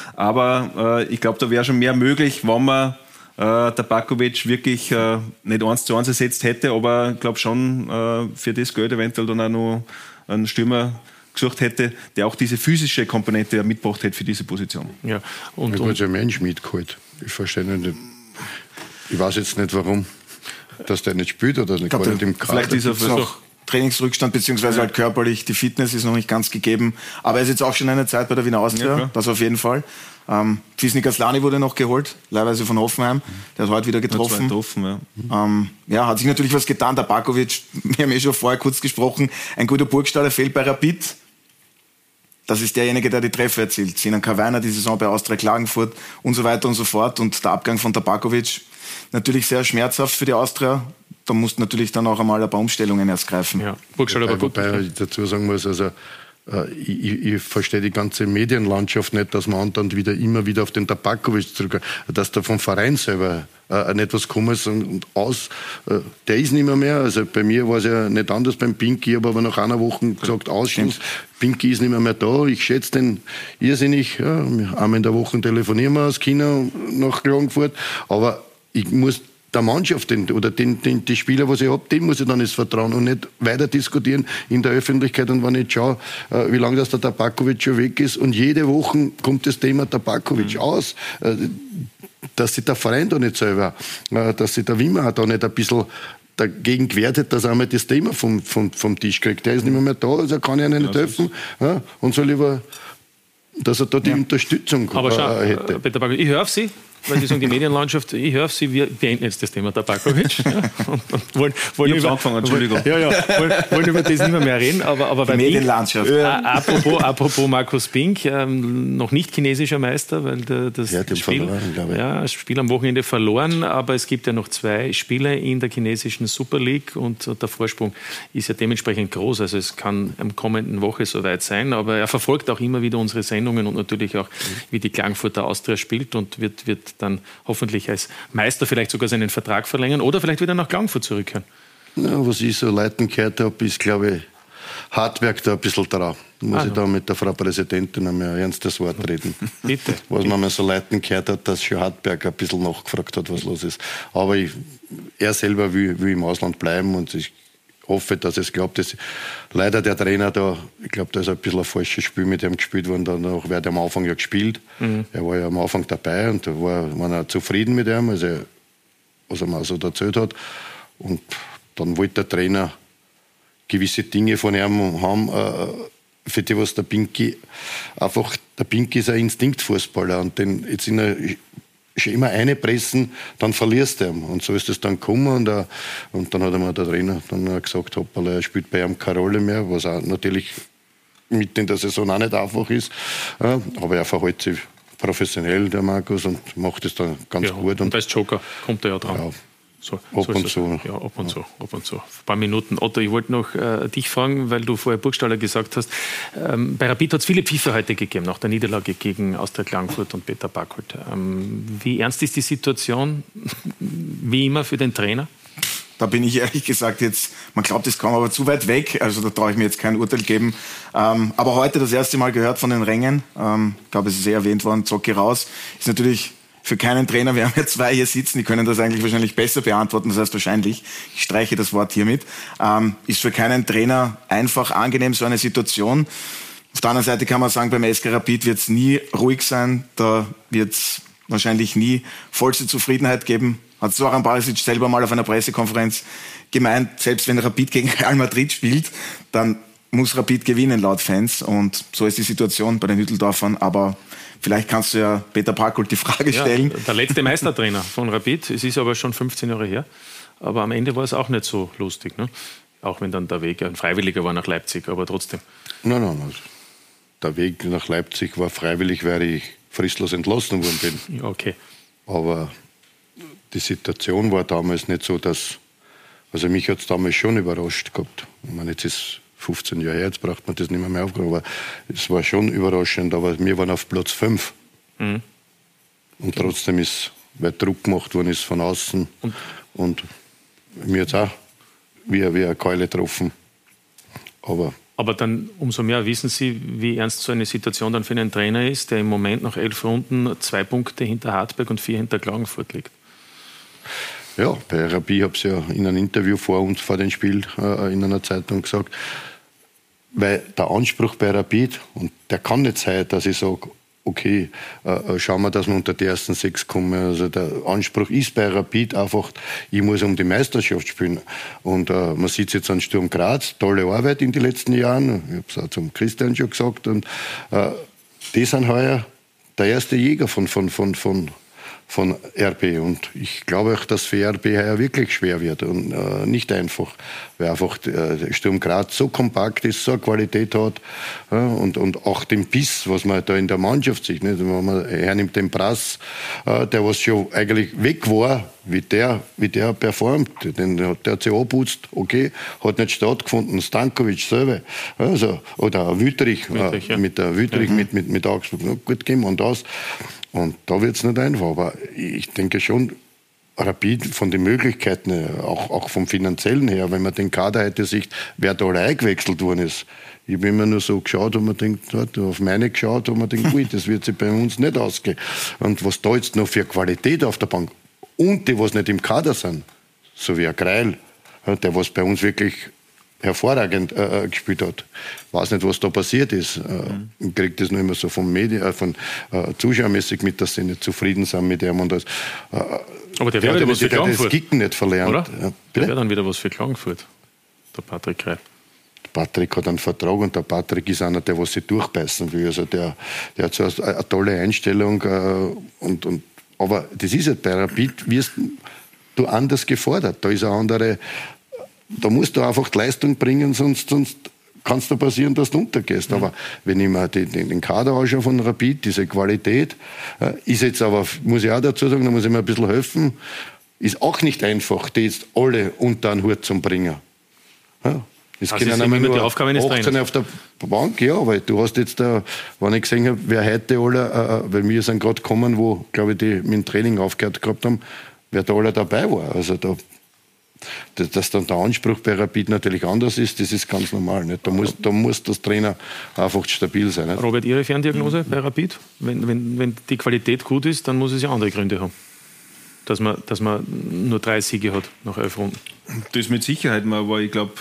Aber äh, ich glaube, da wäre schon mehr möglich, wenn man äh, der Bakovic wirklich äh, nicht eins zu eins ersetzt hätte, aber ich glaube schon äh, für das Geld eventuell dann auch noch einen Stürmer gesucht hätte, der auch diese physische Komponente mitgebracht hätte für diese Position. Ja, und, ich habe ja Mensch mitgeholt. Ich verstehe nicht. Ich weiß jetzt nicht, warum, dass der nicht spielt oder nicht, glaub, gar nicht im Kader. Vielleicht ist er noch Trainingsrückstand, beziehungsweise halt körperlich, die Fitness ist noch nicht ganz gegeben. Aber er ist jetzt auch schon eine Zeit bei der Wiener Austria, ja, das auf jeden Fall. Ähm, Fisnik Aslani wurde noch geholt, leihweise von Hoffenheim. Der hat heute wieder getroffen. getroffen ja. Ähm, ja, hat sich natürlich was getan. Der Bakovic, wir haben eh schon vorher kurz gesprochen, ein guter Burgstaller fehlt bei Rapid. Das ist derjenige, der die Treffer erzielt. Sinan Kawainer die Saison bei Austria Klagenfurt und so weiter und so fort. Und der Abgang von Tabakovic natürlich sehr schmerzhaft für die Austria. Da mussten natürlich dann auch einmal ein paar Umstellungen erst greifen. Ja, Burgstaller aber gut. Wobei ich dazu sagen muss, also äh, ich, ich verstehe die ganze Medienlandschaft nicht, dass man dann wieder immer wieder auf den Tabakovic zurückkommt, dass da vom Verein selber äh, nicht was gekommen ist und, und aus, äh, der ist nicht mehr mehr. Also bei mir war es ja nicht anders beim Pinky, ich habe aber nach einer Woche gesagt, Ausschluss, Pinky ist nicht mehr, mehr da. Ich schätze den irrsinnig. Ja, einmal in der Woche telefonieren wir aus China nach Klagenfurt, aber ich muss der Mannschaft den, oder den, den, die Spieler, was ich habe, dem muss ich dann jetzt vertrauen und nicht weiter diskutieren in der Öffentlichkeit. Und wenn ich schaue, äh, wie lange das der Tabakovic schon weg ist und jede Woche kommt das Thema Tabakovic mhm. aus, äh, dass sich der Verein da nicht selber, äh, dass sich der Wimmer da nicht ein bisschen dagegen gewehrt hat, dass er einmal das Thema vom, vom, vom Tisch kriegt. Der ist nicht mehr, mehr da, also kann ich ihnen nicht ja, helfen ja, und soll lieber, dass er da die ja. Unterstützung Aber schau, äh, hätte. Peter Bakovic, ich höre auf Sie. weil Sie sagen, die Medienlandschaft, ich höre Sie, wir beenden jetzt das Thema Tabakovic. Ja, und, und wollen, wollen, über, angefangen, Entschuldigung. Ja, ja, wollen, wollen über das nicht mehr, mehr reden, aber, aber bei Medienlandschaft. Äh, apropos, apropos Markus Pink, ähm, noch nicht chinesischer Meister, weil der, das, ja, das, Spiel, verloren, ja, das Spiel am Wochenende verloren, aber es gibt ja noch zwei Spiele in der chinesischen Super League und, und der Vorsprung ist ja dementsprechend groß, also es kann am kommenden Woche soweit sein, aber er verfolgt auch immer wieder unsere Sendungen und natürlich auch, wie die Klagenfurter Austria spielt und wird, wird dann hoffentlich als Meister vielleicht sogar seinen Vertrag verlängern oder vielleicht wieder nach Klagenfurt zurückkehren. Ja, was ich so Leuten gehört habe, ist, glaube ich, Hartwerk da ein bisschen dran. Muss ah, ich da mit der Frau Präsidentin einmal ein ernstes Wort reden. Bitte. Was man mal so Leuten gehört hat, dass schon Hartberg ein bisschen nachgefragt hat, was los ist. Aber ich, er selber will, will im Ausland bleiben und ich hoffe, dass es klappt. Dass leider der Trainer da, ich glaube, da ist ein bisschen ein falsches Spiel mit ihm gespielt worden. Danach wird er am Anfang ja gespielt. Mhm. Er war ja am Anfang dabei und da war, war er zufrieden mit ihm, also, was er mir so erzählt hat. Und dann wollte der Trainer gewisse Dinge von ihm haben, äh, für die, was der Pinky einfach, der Pinky ist ein Instinktfußballer und den jetzt in einer, schon immer eine pressen, dann verlierst du ihn. Und so ist es dann gekommen und, uh, und dann hat mir der Trainer dann gesagt, hoppala, er spielt bei ihm keine Rolle mehr, was auch natürlich mitten in der Saison auch nicht einfach ist. Uh, aber er verhält sich professionell, der Markus, und macht es dann ganz ja, gut. Und, und als Joker kommt er ja dran. Ja. So, ab so und zu. Ja, ab und ja. zu, ab und zu. Ein paar Minuten. Otto, ich wollte noch äh, dich fragen, weil du vorher Burgstaller gesagt hast, ähm, bei Rapid hat es viele Pfiffe heute gegeben, nach der Niederlage gegen Austria Klagenfurt und Peter Backholt. Ähm, wie ernst ist die Situation, wie immer, für den Trainer? Da bin ich ehrlich gesagt jetzt, man glaubt es kaum, aber zu weit weg. Also da traue ich mir jetzt kein Urteil geben. Ähm, aber heute das erste Mal gehört von den Rängen. Ähm, ich glaube, es ist sehr erwähnt worden, Zocki raus. Ist natürlich für keinen Trainer, wir haben ja zwei hier sitzen, die können das eigentlich wahrscheinlich besser beantworten, das heißt wahrscheinlich, ich streiche das Wort hiermit, ähm, ist für keinen Trainer einfach angenehm, so eine Situation. Auf der anderen Seite kann man sagen, beim S K Rapid wird es nie ruhig sein, da wird es wahrscheinlich nie vollste Zufriedenheit geben. Hat Zoran Barisic selber mal auf einer Pressekonferenz gemeint, selbst wenn Rapid gegen Real Madrid spielt, dann muss Rapid gewinnen laut Fans, und so ist die Situation bei den Hütteldorfern, aber vielleicht kannst du ja Peter Backholt die Frage stellen. Ja, der letzte Meistertrainer von Rapid, es ist aber schon fünfzehn Jahre her, aber am Ende war es auch nicht so lustig, ne? Auch wenn dann der Weg ein freiwilliger war nach Leipzig, aber trotzdem. Nein, nein, nein. Der Weg nach Leipzig war freiwillig, weil ich fristlos entlassen worden bin. Ja, okay. Aber die Situation war damals nicht so, dass, also mich hat es damals schon überrascht gehabt. Ich meine, jetzt ist fünfzehn Jahre her, jetzt braucht man das nicht mehr, mehr aufgehen, aber es war schon überraschend, aber wir waren auf Platz fünf. Mhm. Und trotzdem ist, weil Druck gemacht worden ist von außen, und, und mir jetzt auch wie, wie eine Keule getroffen. Aber, aber dann umso mehr wissen Sie, wie ernst so eine Situation dann für einen Trainer ist, der im Moment nach elf Runden zwei Punkte hinter Hartberg und vier hinter Klagenfurt liegt. Ja, bei Rapid habe ich ja in einem Interview vor uns, vor dem Spiel, äh, in einer Zeitung gesagt, weil der Anspruch bei Rapid, und der kann nicht sein, dass ich sage, okay, äh, schauen wir, dass wir unter die ersten sechs kommen. Also der Anspruch ist bei Rapid einfach, ich muss um die Meisterschaft spielen. Und äh, man sieht es jetzt an Sturm Graz, tolle Arbeit in den letzten Jahren, ich habe es auch zum Christian schon gesagt, und äh, die sind heuer der erste Jäger von, von, von, von von R B, und ich glaube auch, dass für R B heuer wirklich schwer wird und äh, nicht einfach, weil einfach äh, Sturm Graz so kompakt ist, so eine Qualität hat, äh, und, und auch den Biss, was man da in der Mannschaft sieht, nicht? Wenn man hernimmt den Brass, äh, der was schon eigentlich weg war, wie der, wie der performt, den, der hat sich angeputzt, okay, hat nicht stattgefunden, Stankovic selber, also, oder Wüterich, Wüterich äh, ja. mit der Wüterich, mhm. mit, mit, mit Augsburg, no, gut gehen und das. Und da wird es nicht einfach, aber ich denke schon, Rapid von den Möglichkeiten, auch, auch vom Finanziellen her, wenn man den Kader heute sieht, wer da alle eingewechselt worden ist. Ich habe immer nur so geschaut, und man denkt, auf meine geschaut, und man denkt, ui, das wird sich bei uns nicht ausgehen. Und was da jetzt noch für Qualität auf der Bank, und die, was nicht im Kader sind, so wie ein Greil, der was bei uns wirklich hervorragend äh, gespielt hat. Ich weiß nicht, was da passiert ist. Äh, mhm. Ich kriege das nur immer so vom Medien, äh, von äh, zuschauermäßig mit, dass sie nicht zufrieden sind mit ihm. Und das, äh, aber der wäre wieder was für Klagenfurt. Das Kicken nicht verlernt. Oder? Ja, der wäre dann wieder was für Klagenfurt, der Patrick Greil. Der Patrick hat einen Vertrag, und der Patrick ist einer, der was sich durchbeißen will. Also der, der hat so eine, eine tolle Einstellung, äh, und, und Aber das ist halt bei Rapid, wirst du anders gefordert. Da ist eine andere, da musst du einfach die Leistung bringen, sonst, sonst kann es da passieren, dass du untergehst. Mhm. Aber wenn ich mir den, den Kader anschaue von Rapid, diese Qualität, äh, ist jetzt aber, muss ich auch dazu sagen, da muss ich mir ein bisschen helfen, ist auch nicht einfach, die jetzt alle unter einen Hut zu bringen. Ja. Es also können einmal nur achtzehn auf der Bank, ja, weil du hast jetzt, da, wenn ich gesehen habe, wer heute alle, äh, weil wir sind gerade gekommen, wo, glaube ich, die mit dem Training aufgehört gehabt haben, wer da alle dabei war. Also da, dass, dass dann der Anspruch bei Rapid natürlich anders ist, das ist ganz normal. Nicht? Da, muss, da muss das Trainer einfach stabil sein. Nicht? Robert, Ihre Ferndiagnose bei Rapid? Wenn, wenn, wenn die Qualität gut ist, dann muss es ja andere Gründe haben. Dass man, dass man nur drei Siege hat nach elf Runden. Das mit Sicherheit, aber ich glaube,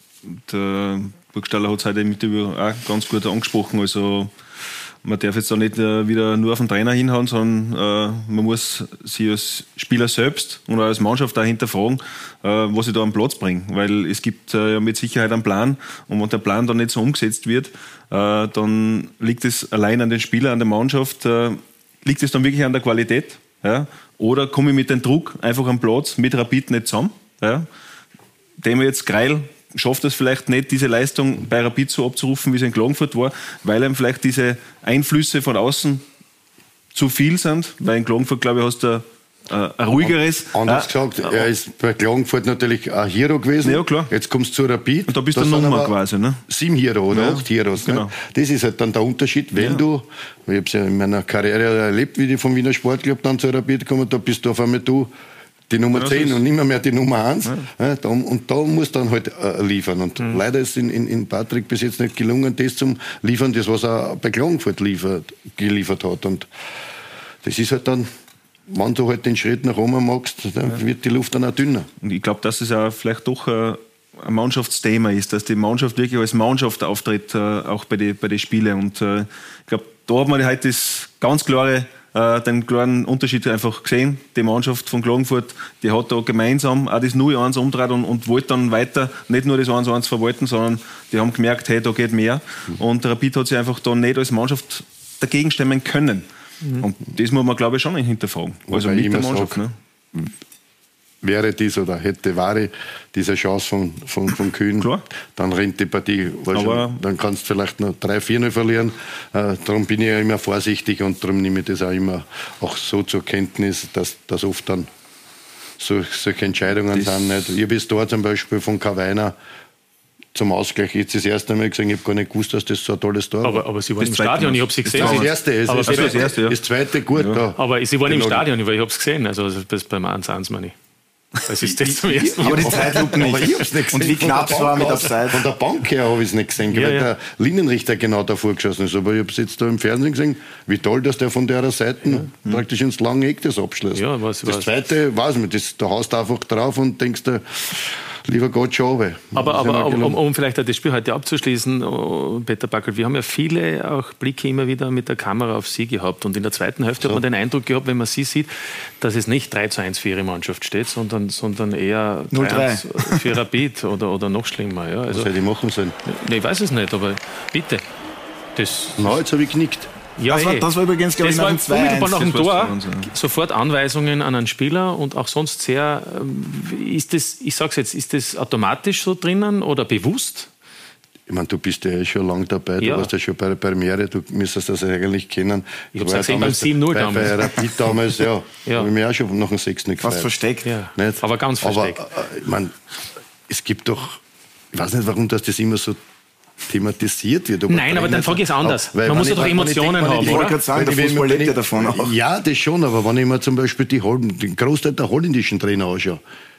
der Burgstaller hat es heute mit auch ganz gut angesprochen. Also man darf jetzt da nicht wieder nur auf den Trainer hinhauen, sondern äh, man muss sich als Spieler selbst und auch als Mannschaft auch hinterfragen, äh, was ich da am Platz bringe. Weil es gibt äh, ja mit Sicherheit einen Plan und wenn der Plan dann nicht so umgesetzt wird, äh, dann liegt es allein an den Spielern, an der Mannschaft, äh, liegt es dann wirklich an der Qualität. Ja? Oder komme ich mit dem Druck einfach am Platz mit Rapid nicht zusammen. Ja? Dem wir jetzt Greil schafft es vielleicht nicht, diese Leistung bei Rapid so abzurufen, wie es in Klagenfurt war, weil ihm vielleicht diese Einflüsse von außen zu viel sind. Weil in Klagenfurt, glaube ich, hast du ein, ein ruhigeres... Anders äh, gesagt, er ist bei Klagenfurt natürlich ein Hero gewesen. Ja, klar. Jetzt kommst du zu Rapid. Und da bist du eine Nummer quasi. Ne? Sieben Hero oder ja, acht Heroes. Genau. Ne? Das ist halt dann der Unterschied, wenn ja. du... Ich habe es ja in meiner Karriere erlebt, wie ich vom Wiener Sportclub dann zu Rapid komme, da bist du auf einmal du... die Nummer ja, zehn und nicht mehr, mehr die Nummer eins. Ja. Ja, da, und da muss dann halt äh, liefern. Und mhm. leider ist in, in, in Patrick bis jetzt nicht gelungen, das zum Liefern, das was er bei Klagenfurt liefert, geliefert hat. Und das ist halt dann, wenn du halt den Schritt nach oben magst, dann ja. wird die Luft dann auch dünner. Und ich glaube, dass es auch vielleicht doch ein, ein Mannschaftsthema ist, dass die Mannschaft wirklich als Mannschaft auftritt, äh, auch bei den bei die Spielen. Und äh, ich glaube, da hat man heute das ganz klare den klaren Unterschied einfach gesehen. Die Mannschaft von Klagenfurt, die hat da gemeinsam auch das null eins umgedreht und, und wollte dann weiter nicht nur das eins eins verwalten, sondern die haben gemerkt, hey, da geht mehr. Und Rapid hat sich einfach da nicht als Mannschaft dagegen stemmen können. Mhm. Und das muss man, glaube ich, schon hinterfragen. Also Wobei mit der Mannschaft. Sag, ne? Wäre dies oder hätte, wäre diese Chance von, von, von Kühn, Klar. dann rennt die Partie. Schon, dann kannst du vielleicht noch drei vier verlieren. Äh, darum bin ich ja immer vorsichtig und darum nehme ich das auch immer auch so zur Kenntnis, dass das oft dann so, solche Entscheidungen das sind. Nicht. Ich habe jetzt da zum Beispiel von Kawainer zum Ausgleich jetzt das erste Mal gesehen, ich habe gar nicht gewusst, dass das so ein tolles Tor war. Aber, aber Sie waren im Stadion, ich habe Sie gesehen. Das, das erste, ist, aber das, das, erste, ja. das zweite gut. Ja. Da. Aber Sie waren im Stadion, weil ich habe es gesehen, also das beim eins eins meine ich. Das ist das zum ersten Mal. Aber die Zeitlupe nicht. Aber ich hab's nicht gesehen. Und wie knapp es war mit der Zeit. Von der Bank her habe ich es nicht gesehen, ja, weil ja. der Linienrichter genau davor geschossen ist. Aber ich habe es jetzt da im Fernsehen gesehen, wie toll, dass der von der Seite ja. praktisch ins lange Eck das abschließt. Ja, was, das was. Zweite, weiß man, das, da haust du einfach drauf und denkst dir, lieber Gott, schaue. Aber, aber um, um vielleicht das Spiel heute abzuschließen, oh, Peter Backel, wir haben ja viele auch Blicke immer wieder mit der Kamera auf Sie gehabt. Und in der zweiten Hälfte so. hat man den Eindruck gehabt, wenn man Sie sieht, dass es nicht drei zu eins für Ihre Mannschaft steht, sondern, sondern eher null drei für Rapid oder, oder noch schlimmer. Ja, also, was soll die machen sollen? Nee, ich weiß es nicht, aber bitte. Das Na, jetzt habe ich genickt. Ja, das, war, das war übrigens, glaube ich, nach dem zwei eins. Nach dem Tor sofort Anweisungen an einen Spieler und auch sonst sehr, ist das, ich sag's jetzt, ist das automatisch so drinnen oder bewusst? Ich meine, du bist ja eh schon lange dabei, du ja. warst ja schon bei der Premiere, du müsstest das eigentlich kennen. Ich habe es gesehen beim sieben null damals. Bei Rapid damals, ja, ja. habe ich mir auch schon nach dem sechs nicht gefeiert. Fast versteckt. Ja. Aber ganz versteckt. Aber ich meine, es gibt doch, ich weiß nicht, warum das, das immer so thematisiert wird. Nein, aber dann frage ich es anders. Auch, man muss ja doch Emotionen haben, ich oder? Ich wollte sagen, der Fußball lebt ja davon auch. Ja, das schon, aber wenn ich mir zum Beispiel die, den Großteil der holländischen Trainer anschaue,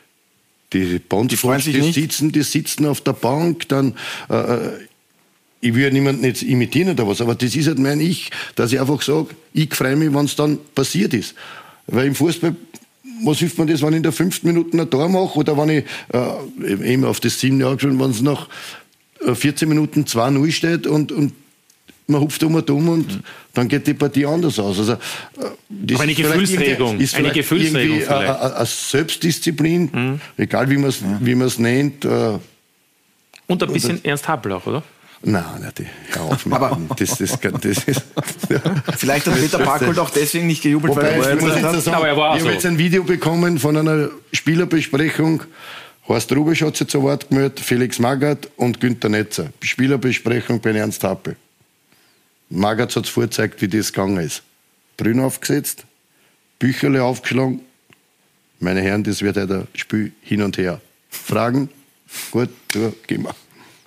die Bondsfreunde, die, die, sitzen, die sitzen auf der Bank, dann, äh, ich will ja niemanden jetzt imitieren oder was, aber das ist halt mein Ich, dass ich einfach sage, ich freue mich, wenn es dann passiert ist. Weil im Fußball, was hilft mir das, wenn ich in der fünften Minute ein Tor mache oder wenn ich äh, eben auf das sieben Jahre geschaut, wenn es nach vierzehn Minuten zwei null steht und, und man hupft um und um und mhm. dann geht die Partie anders aus. Also, das aber eine Gefühlsregung. Ist eine Gefühlsregung irgendwie eine, eine Selbstdisziplin, mhm. egal wie man es ja. wie nennt. Äh, und ein bisschen Ernst Happel auch, oder? Nein, nicht die. Hör auf mit Aber das, das, das, das ist, ja. Vielleicht hat Peter Backholt auch deswegen nicht gejubelt, Wobei, weil er ich muss jetzt sagen, aber er war auch ich habe so. jetzt ein Video bekommen von einer Spielerbesprechung. Horst Rubisch hat sich zu Wort gemeldet, Felix Magath und Günther Netzer. Spielerbesprechung bei Ernst Happel. Magath hat es vorgezeigt, wie das gegangen ist. Brünn aufgesetzt, Bücherle aufgeschlagen. Meine Herren, das wird ja das Spiel hin und her. Fragen? Gut, du, geh mal.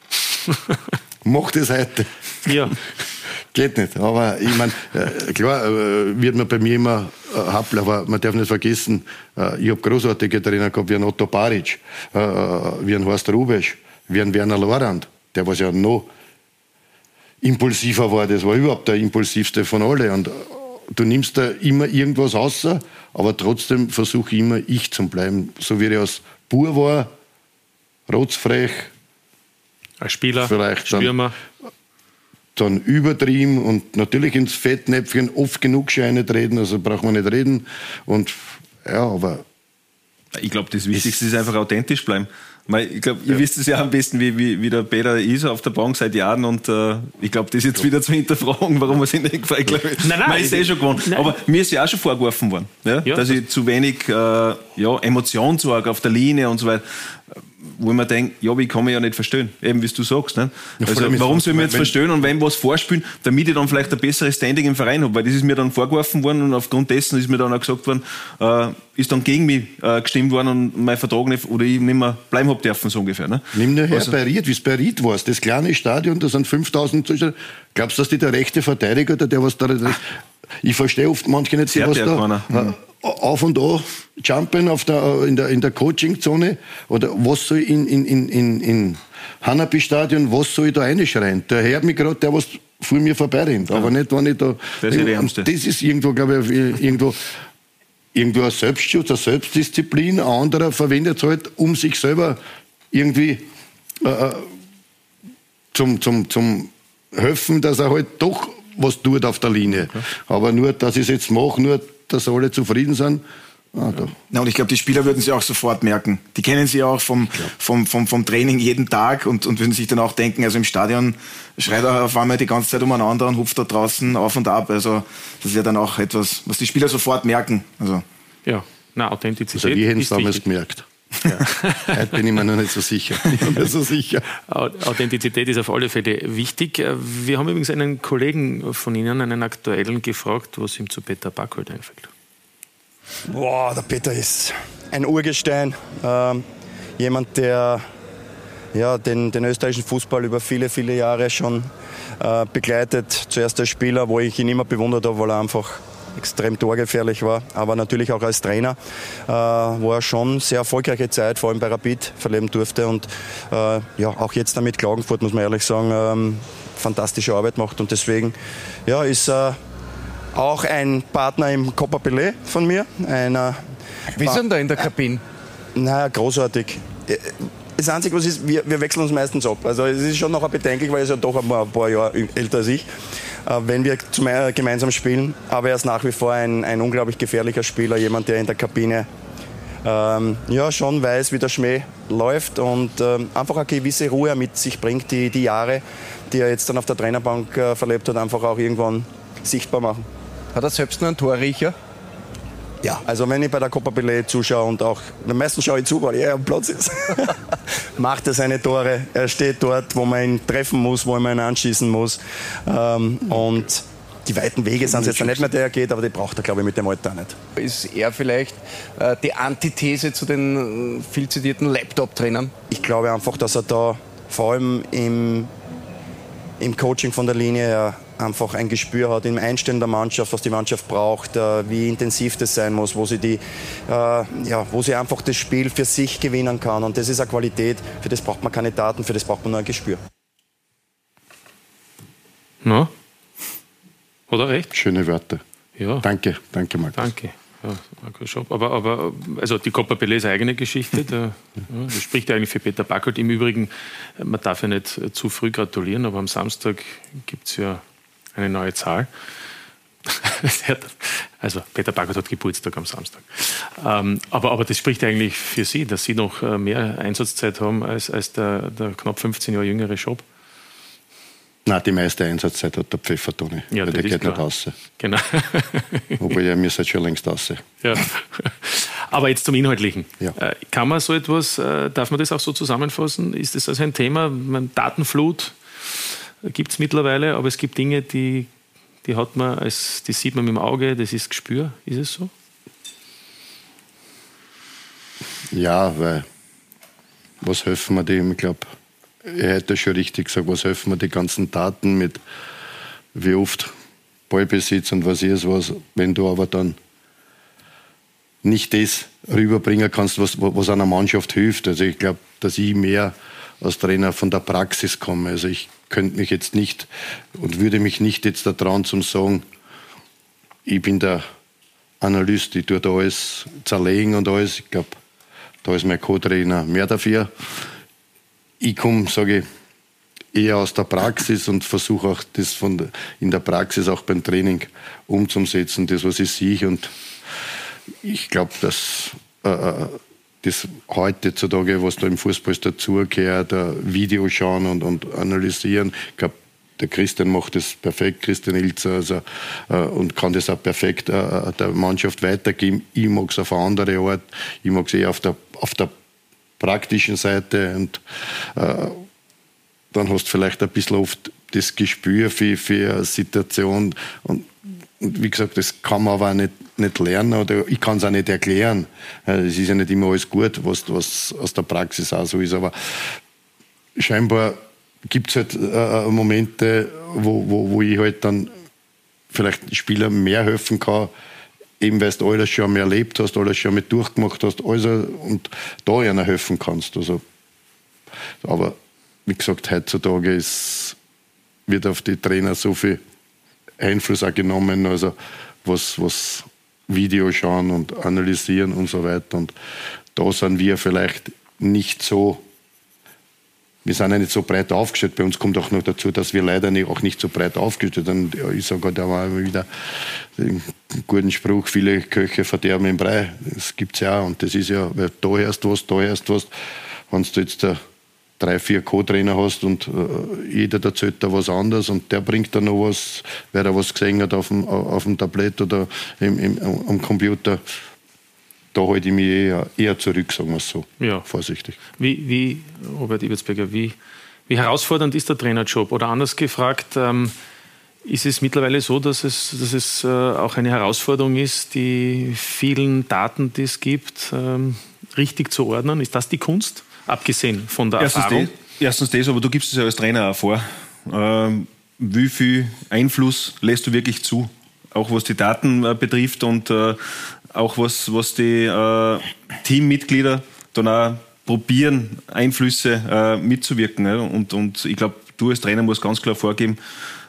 Mach das heute. Ja. Geht nicht. Aber ich meine, äh, klar äh, wird man bei mir immer äh, Happel, aber man darf nicht vergessen, äh, ich habe großartige Trainer gehabt, wie ein Otto Baric, äh, wie ein Horst Rubisch, wie ein Werner Lorand, der was ja noch impulsiver war. Das war überhaupt der impulsivste von allen. Und äh, du nimmst da immer irgendwas raus, aber trotzdem versuche ich immer ich zu bleiben. So wie ich als Bur war, rotzfrech, als Spieler, vielleicht Stürmer. Dann, dann übertrieben und natürlich ins Fettnäpfchen oft genug Scheine treten, also braucht man nicht reden. Und ja, aber ich glaube, das Wichtigste ist einfach authentisch bleiben. Weil ich glaube, ihr ja. wisst es ja am besten, wie, wie, wie der Peter ist auf der Bank seit Jahren und äh, ich glaube, das ist jetzt wieder zu hinterfragen, warum er sich nicht gefällt. Ich glaube, nein, nein, man ist eh schon gewohnt. Nein. Aber mir ist ja auch schon vorgeworfen worden, ja? Ja, dass das ich zu wenig äh, ja, Emotion sorge auf der Linie und so weiter. Wo ich mir denke, ja, wie kann man ja nicht verstehen, eben wie du sagst. Ne? Ja, also, warum soll ich mir jetzt verstehen und wenn was vorspielen, damit ich dann vielleicht ein besseres Standing im Verein habe, weil das ist mir dann vorgeworfen worden und aufgrund dessen ist mir dann auch gesagt worden, äh, ist dann gegen mich äh, gestimmt worden und mein Vertrag nicht, oder ich nicht mehr bleiben hab dürfen, so ungefähr. Ne? Nimm nur her, also, bei Ried, wie es bei Ried war, das kleine Stadion, da sind fünftausend Zuschauer. Glaubst du, dass die der rechte Verteidiger oder der, was da... Ich verstehe oft manche nicht, was da... Mhm. Auf und an jumpen auf der, in der, in der Coaching-Zone oder was soll in, in, in, in, in Hanapi-Stadion, was soll ich da reinschreien? Der hört mich gerade, der was vor mir vorbeirennt, aber ja. nicht, wenn ich da... Das ist, und das ist irgendwo, glaube ich, irgendwo, irgendwo ein Selbstschutz, eine Selbstdisziplin. Ein anderer verwendet es halt, um sich selber irgendwie äh, zum, zum, zum helfen, dass er halt doch was tut auf der Linie. Okay. Aber nur, dass ich es jetzt mache, nur dass alle zufrieden sind. Ah, da. Ja, und ich glaube, die Spieler würden sie auch sofort merken. Die kennen sie auch vom, vom, vom, vom Training jeden Tag und, und würden sich dann auch denken, also im Stadion schreit er auf einmal die ganze Zeit umeinander und hupft da draußen auf und ab. Also das ist ja dann auch etwas, was die Spieler sofort merken. Also. Ja, na, Authentizität also wir hätten es ist damals wichtig. gemerkt. Ja. Heute bin ich mir noch nicht so sicher. Ich bin nicht so sicher. Authentizität ist auf alle Fälle wichtig. Wir haben übrigens einen Kollegen von Ihnen, einen aktuellen, gefragt, was ihm zu Peter Backholt einfällt. Boah, der Peter ist ein Urgestein. Ähm, jemand, der ja, den, den österreichischen Fußball über viele, viele Jahre schon äh, begleitet. Zuerst als Spieler, wo ich ihn immer bewundert habe, weil er einfach extrem torgefährlich war, aber natürlich auch als Trainer, äh, wo er schon sehr erfolgreiche Zeit, vor allem bei Rapid, verleben durfte und äh, ja, auch jetzt damit Klagenfurt, muss man ehrlich sagen, ähm, fantastische Arbeit macht und deswegen ja, ist er äh, auch ein Partner im Copa Pelé von mir. Einer, Wie ist denn da in der Kabine? Naja, großartig. Das Einzige, was ist, wir, wir wechseln uns meistens ab. Also es ist schon noch bedenklich, weil er ist ja doch ein paar, ein paar Jahre älter als ich, wenn wir zum, äh, gemeinsam spielen. Aber er ist nach wie vor ein, ein unglaublich gefährlicher Spieler, jemand, der in der Kabine ähm, ja, schon weiß, wie der Schmäh läuft und ähm, einfach eine gewisse Ruhe mit sich bringt, die die Jahre, die er jetzt dann auf der Trainerbank äh, verlebt hat, einfach auch irgendwann sichtbar machen. Hat er selbst noch einen Torriecher? Ja, also wenn ich bei der Copa Pelé zuschaue und auch, am meisten schaue ich zu, weil er am Platz ist, macht er seine Tore. Er steht dort, wo man ihn treffen muss, wo man ihn anschießen muss. Ähm, und die weiten Wege sind es jetzt nicht mehr, der er geht, aber die braucht er, glaube ich, mit dem Alter nicht. Ist er vielleicht äh, die Antithese zu den äh, viel zitierten Laptop-Trainern? Ich glaube einfach, dass er da vor allem im, im Coaching von der Linie her einfach ein Gespür hat im Einstellen der Mannschaft, was die Mannschaft braucht, äh, wie intensiv das sein muss, wo sie, die, äh, ja, wo sie einfach das Spiel für sich gewinnen kann. Und das ist eine Qualität, für das braucht man keine Daten, für das braucht man nur ein Gespür. Na? Oder recht? Schöne Wörter. Ja. Danke, danke Markus. Danke. Ja, aber, aber also die Copa Pelé ist eine eigene Geschichte. Da, ja, das spricht ja eigentlich für Peter Backholt. Im Übrigen, man darf ja nicht zu früh gratulieren, aber am Samstag gibt es ja eine neue Zahl. Also Peter Backholt hat Geburtstag am Samstag. Ähm, aber, aber das spricht eigentlich für Sie, dass Sie noch mehr Einsatzzeit haben als, als der, der knapp fünfzehn Jahre jüngere Schob. Nein, die meiste Einsatzzeit hat der Pfeffertoni. Ja, weil der geht klar. nicht raus. Genau. Wobei er mir halt schon längst raus. Ja. Aber jetzt zum Inhaltlichen. Ja. Äh, kann man so etwas, äh, darf man das auch so zusammenfassen? Ist das also ein Thema? Man, Datenflut gibt es mittlerweile, aber es gibt Dinge, die, die hat man, als, die sieht man mit dem Auge, das ist Gespür. Ist es so? Ja, weil was helfen wir dem? Ich glaube, er hätte schon richtig gesagt, was helfen wir die ganzen Daten mit wie oft Ballbesitz und was ist was, wenn du aber dann nicht das rüberbringen kannst, was, was einer Mannschaft hilft. Also ich glaube, dass ich mehr als Trainer von der Praxis komme. Also ich könnte mich jetzt nicht und würde mich nicht jetzt da trauen zum sagen, ich bin der Analyst, ich tue da alles zerlegen und alles. Ich glaube, da ist mein Co-Trainer mehr dafür. Ich komme, sage ich, eher aus der Praxis und versuche auch das von der, in der Praxis auch beim Training umzusetzen, das, was ich sehe. Und ich glaube, dass äh, das heutzutage, was da im Fußball dazugehört, äh, Video schauen und, und analysieren, ich glaube, der Christian macht das perfekt, Christian Ilzer, also, äh, und kann das auch perfekt äh, der Mannschaft weitergeben. Ich mag es auf eine andere Art, ich mag es eher auf der, auf der praktischen Seite und äh, dann hast du vielleicht ein bisschen oft das Gespür für, für eine Situation und, und wie gesagt, das kann man aber auch nicht, nicht lernen oder ich kann es auch nicht erklären. Es ist ja nicht immer alles gut, was, was aus der Praxis auch so ist, aber scheinbar gibt es halt äh, Momente, wo, wo, wo ich halt dann vielleicht Spielern mehr helfen kann, eben weil du alles schon mehr erlebt hast, alles schon mit durchgemacht hast, also, und da einer helfen kannst. Also, aber wie gesagt, heutzutage ist, wird auf die Trainer so viel Einfluss auch genommen, also was, was Video schauen und analysieren und so weiter. Und da sind wir vielleicht nicht so, wir sind ja nicht so breit aufgestellt. Bei uns kommt auch noch dazu, dass wir leider nicht, auch nicht so breit aufgestellt sind. Ich sage da war immer wieder den guten Spruch, viele Köche verderben im Brei. Das gibt es ja auch. Und das ist ja, weil da hörst du was, da hörst du was. Wenn du jetzt da drei, vier Co-Trainer hast und äh, jeder erzählt da was anderes und der bringt da noch was, weil er was gesehen hat auf dem, auf dem Tablett oder im, im, am Computer. Da halte ich mich eher, eher zurück, sagen wir es so, ja. Vorsichtig. Wie, wie Robert Ibertsberger, wie, wie herausfordernd ist der Trainerjob? Oder anders gefragt, ähm, ist es mittlerweile so, dass es, dass es äh, auch eine Herausforderung ist, die vielen Daten, die es gibt, ähm, richtig zu ordnen? Ist das die Kunst, abgesehen von der erstens Erfahrung? Das, erstens das, aber du gibst es ja als Trainer auch vor. Ähm, wie viel Einfluss lässt du wirklich zu? Auch was die Daten äh, betrifft und äh, auch was, was die äh, Teammitglieder dann auch probieren, Einflüsse äh, mitzuwirken. Ja? Und, und ich glaube, du als Trainer musst ganz klar vorgeben,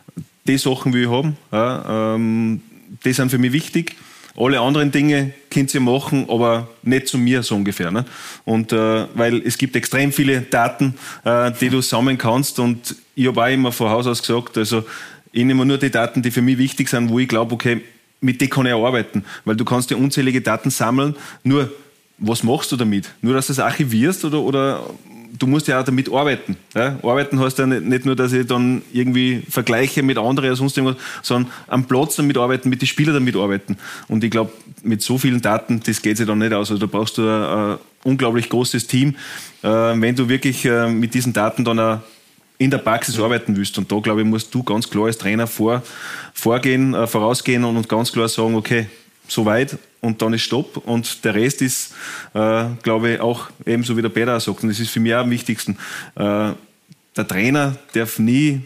die Sachen will ich haben, ja? ähm, die sind für mich wichtig. Alle anderen Dinge könnt ihr machen, aber nicht zu mir, so ungefähr. Ne? Und, äh, weil es gibt extrem viele Daten, äh, die du sammeln kannst. Und ich habe auch immer von Haus aus gesagt, also ich nehme nur die Daten, die für mich wichtig sind, wo ich glaube, okay, mit denen kann ich arbeiten. Weil du kannst ja unzählige Daten sammeln, nur was machst du damit? Nur, dass du es archivierst oder, oder du musst ja auch damit arbeiten. Ja? Arbeiten heißt ja nicht nur, dass ich dann irgendwie vergleiche mit anderen oder sonst irgendwas, sondern am Platz damit arbeiten, mit den Spielern damit arbeiten. Und ich glaube, mit so vielen Daten, das geht sich dann nicht aus. Also da brauchst du ein, ein unglaublich großes Team, äh, wenn du wirklich äh, mit diesen Daten dann auch in der Praxis arbeiten willst. Und da, glaube ich, musst du ganz klar als Trainer vor, vorgehen, äh, vorausgehen und, und ganz klar sagen, okay, so weit und dann ist Stopp. Und der Rest ist, äh, glaube ich, auch ebenso wie der Peter auch sagt, und das ist für mich auch am wichtigsten, äh, der Trainer darf nie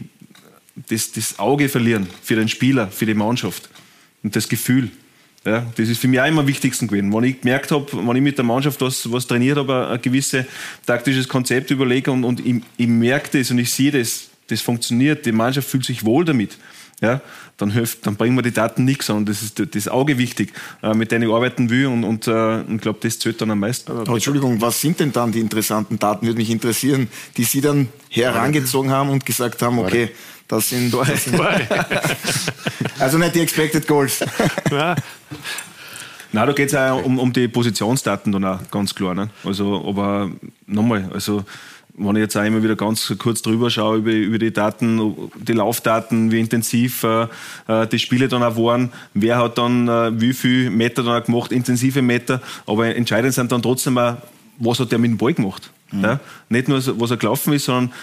das, das Auge verlieren für den Spieler, für die Mannschaft und das Gefühl. Ja, das ist für mich auch immer am wichtigsten gewesen. Wenn ich gemerkt habe, wenn ich mit der Mannschaft was, was trainiert habe, ein gewisses taktisches Konzept überlege und, und ich, ich merke das und ich sehe das, das funktioniert, die Mannschaft fühlt sich wohl damit, ja, dann, hilft, dann bringen wir die Daten nichts an. Das ist das Auge wichtig, äh, mit denen ich arbeiten will und, und äh, ich glaube, das zählt dann am meisten. Aber Entschuldigung, was sind denn dann die interessanten Daten, würde mich interessieren, die Sie dann herangezogen haben und gesagt haben, okay, das sind, das sind also nicht die Expected Goals. Ja. Nein, da geht es auch um, um die Positionsdaten dann auch ganz klar. Ne? Also, aber nochmal, also wenn ich jetzt auch immer wieder ganz kurz drüber schaue, über, über die Daten, die Laufdaten, wie intensiv äh, die Spiele dann auch waren, wer hat dann äh, wie viel Meter dann auch gemacht, intensive Meter, aber entscheidend sind dann trotzdem auch, was hat der mit dem Ball gemacht. Mhm. Ja? Nicht nur, was er gelaufen ist, sondern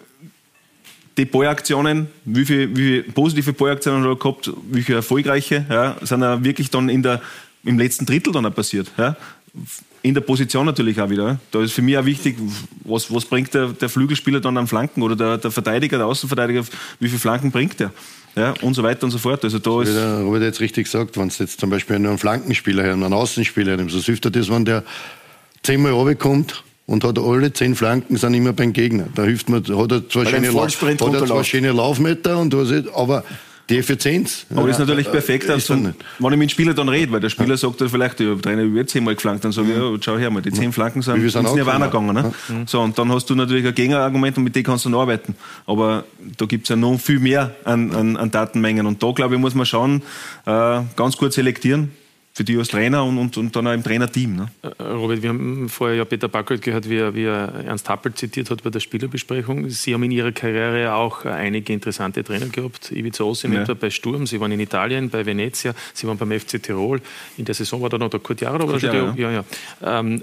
die Ballaktionen, wie viele wie viel positive Ballaktionen hat er gehabt, wie viele erfolgreiche, ja, sind ja wirklich dann in der, im letzten Drittel dann auch passiert. Ja. In der Position natürlich auch wieder. Da ist für mich auch wichtig, was, was bringt der, der Flügelspieler dann an Flanken oder der, der Verteidiger, der Außenverteidiger, wie viele Flanken bringt er? Ja, und so weiter und so fort. Also da ist, wie der Robert jetzt richtig gesagt, wenn es jetzt zum Beispiel nur einen Flankenspieler her, einen Außenspieler her, so hilft er das, wenn der zehnmal runterkommt und hat alle zehn Flanken sind immer beim Gegner. Da hilft man, hat er zwar, schöne, Lauf, hat er zwar schöne Laufmeter, und was, aber die Effizienz. Aber das ist natürlich perfekt, äh, zum, wenn ich mit dem Spieler dann rede, weil der Spieler ja. sagt dann vielleicht, ich habe Trainer über zehnmal geflankt, dann sage ich, ja, schau her mal, die zehn Flanken sind ins Nirvana gegangen. Ne? Ja. So, und dann hast du natürlich ein Gegenargument und mit dem kannst du dann arbeiten. Aber da gibt es ja noch viel mehr an, an, an Datenmengen. Und da, glaube ich, muss man schauen, äh, ganz gut selektieren. Für die als Trainer und, und, und dann auch im Trainerteam. Ne? Robert, wir haben vorher ja Peter Backholt gehört, wie er, wie er Ernst Happel zitiert hat bei der Spielerbesprechung. Sie haben in Ihrer Karriere auch einige interessante Trainer gehabt. Ivica Ossim ja. etwa bei Sturm, Sie waren in Italien, bei Venezia, Sie waren beim F C Tirol. In der Saison war da noch der Kurt Jara. Kurt Jara, ja. Ja, ja. Ähm,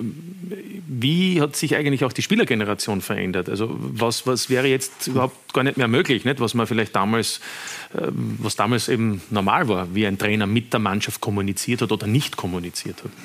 wie hat sich eigentlich auch die Spielergeneration verändert? Also was, was wäre jetzt überhaupt gar nicht mehr möglich, nicht? Was man vielleicht damals, was damals eben normal war, wie ein Trainer mit der Mannschaft kommuniziert hat oder nicht kommuniziert hat?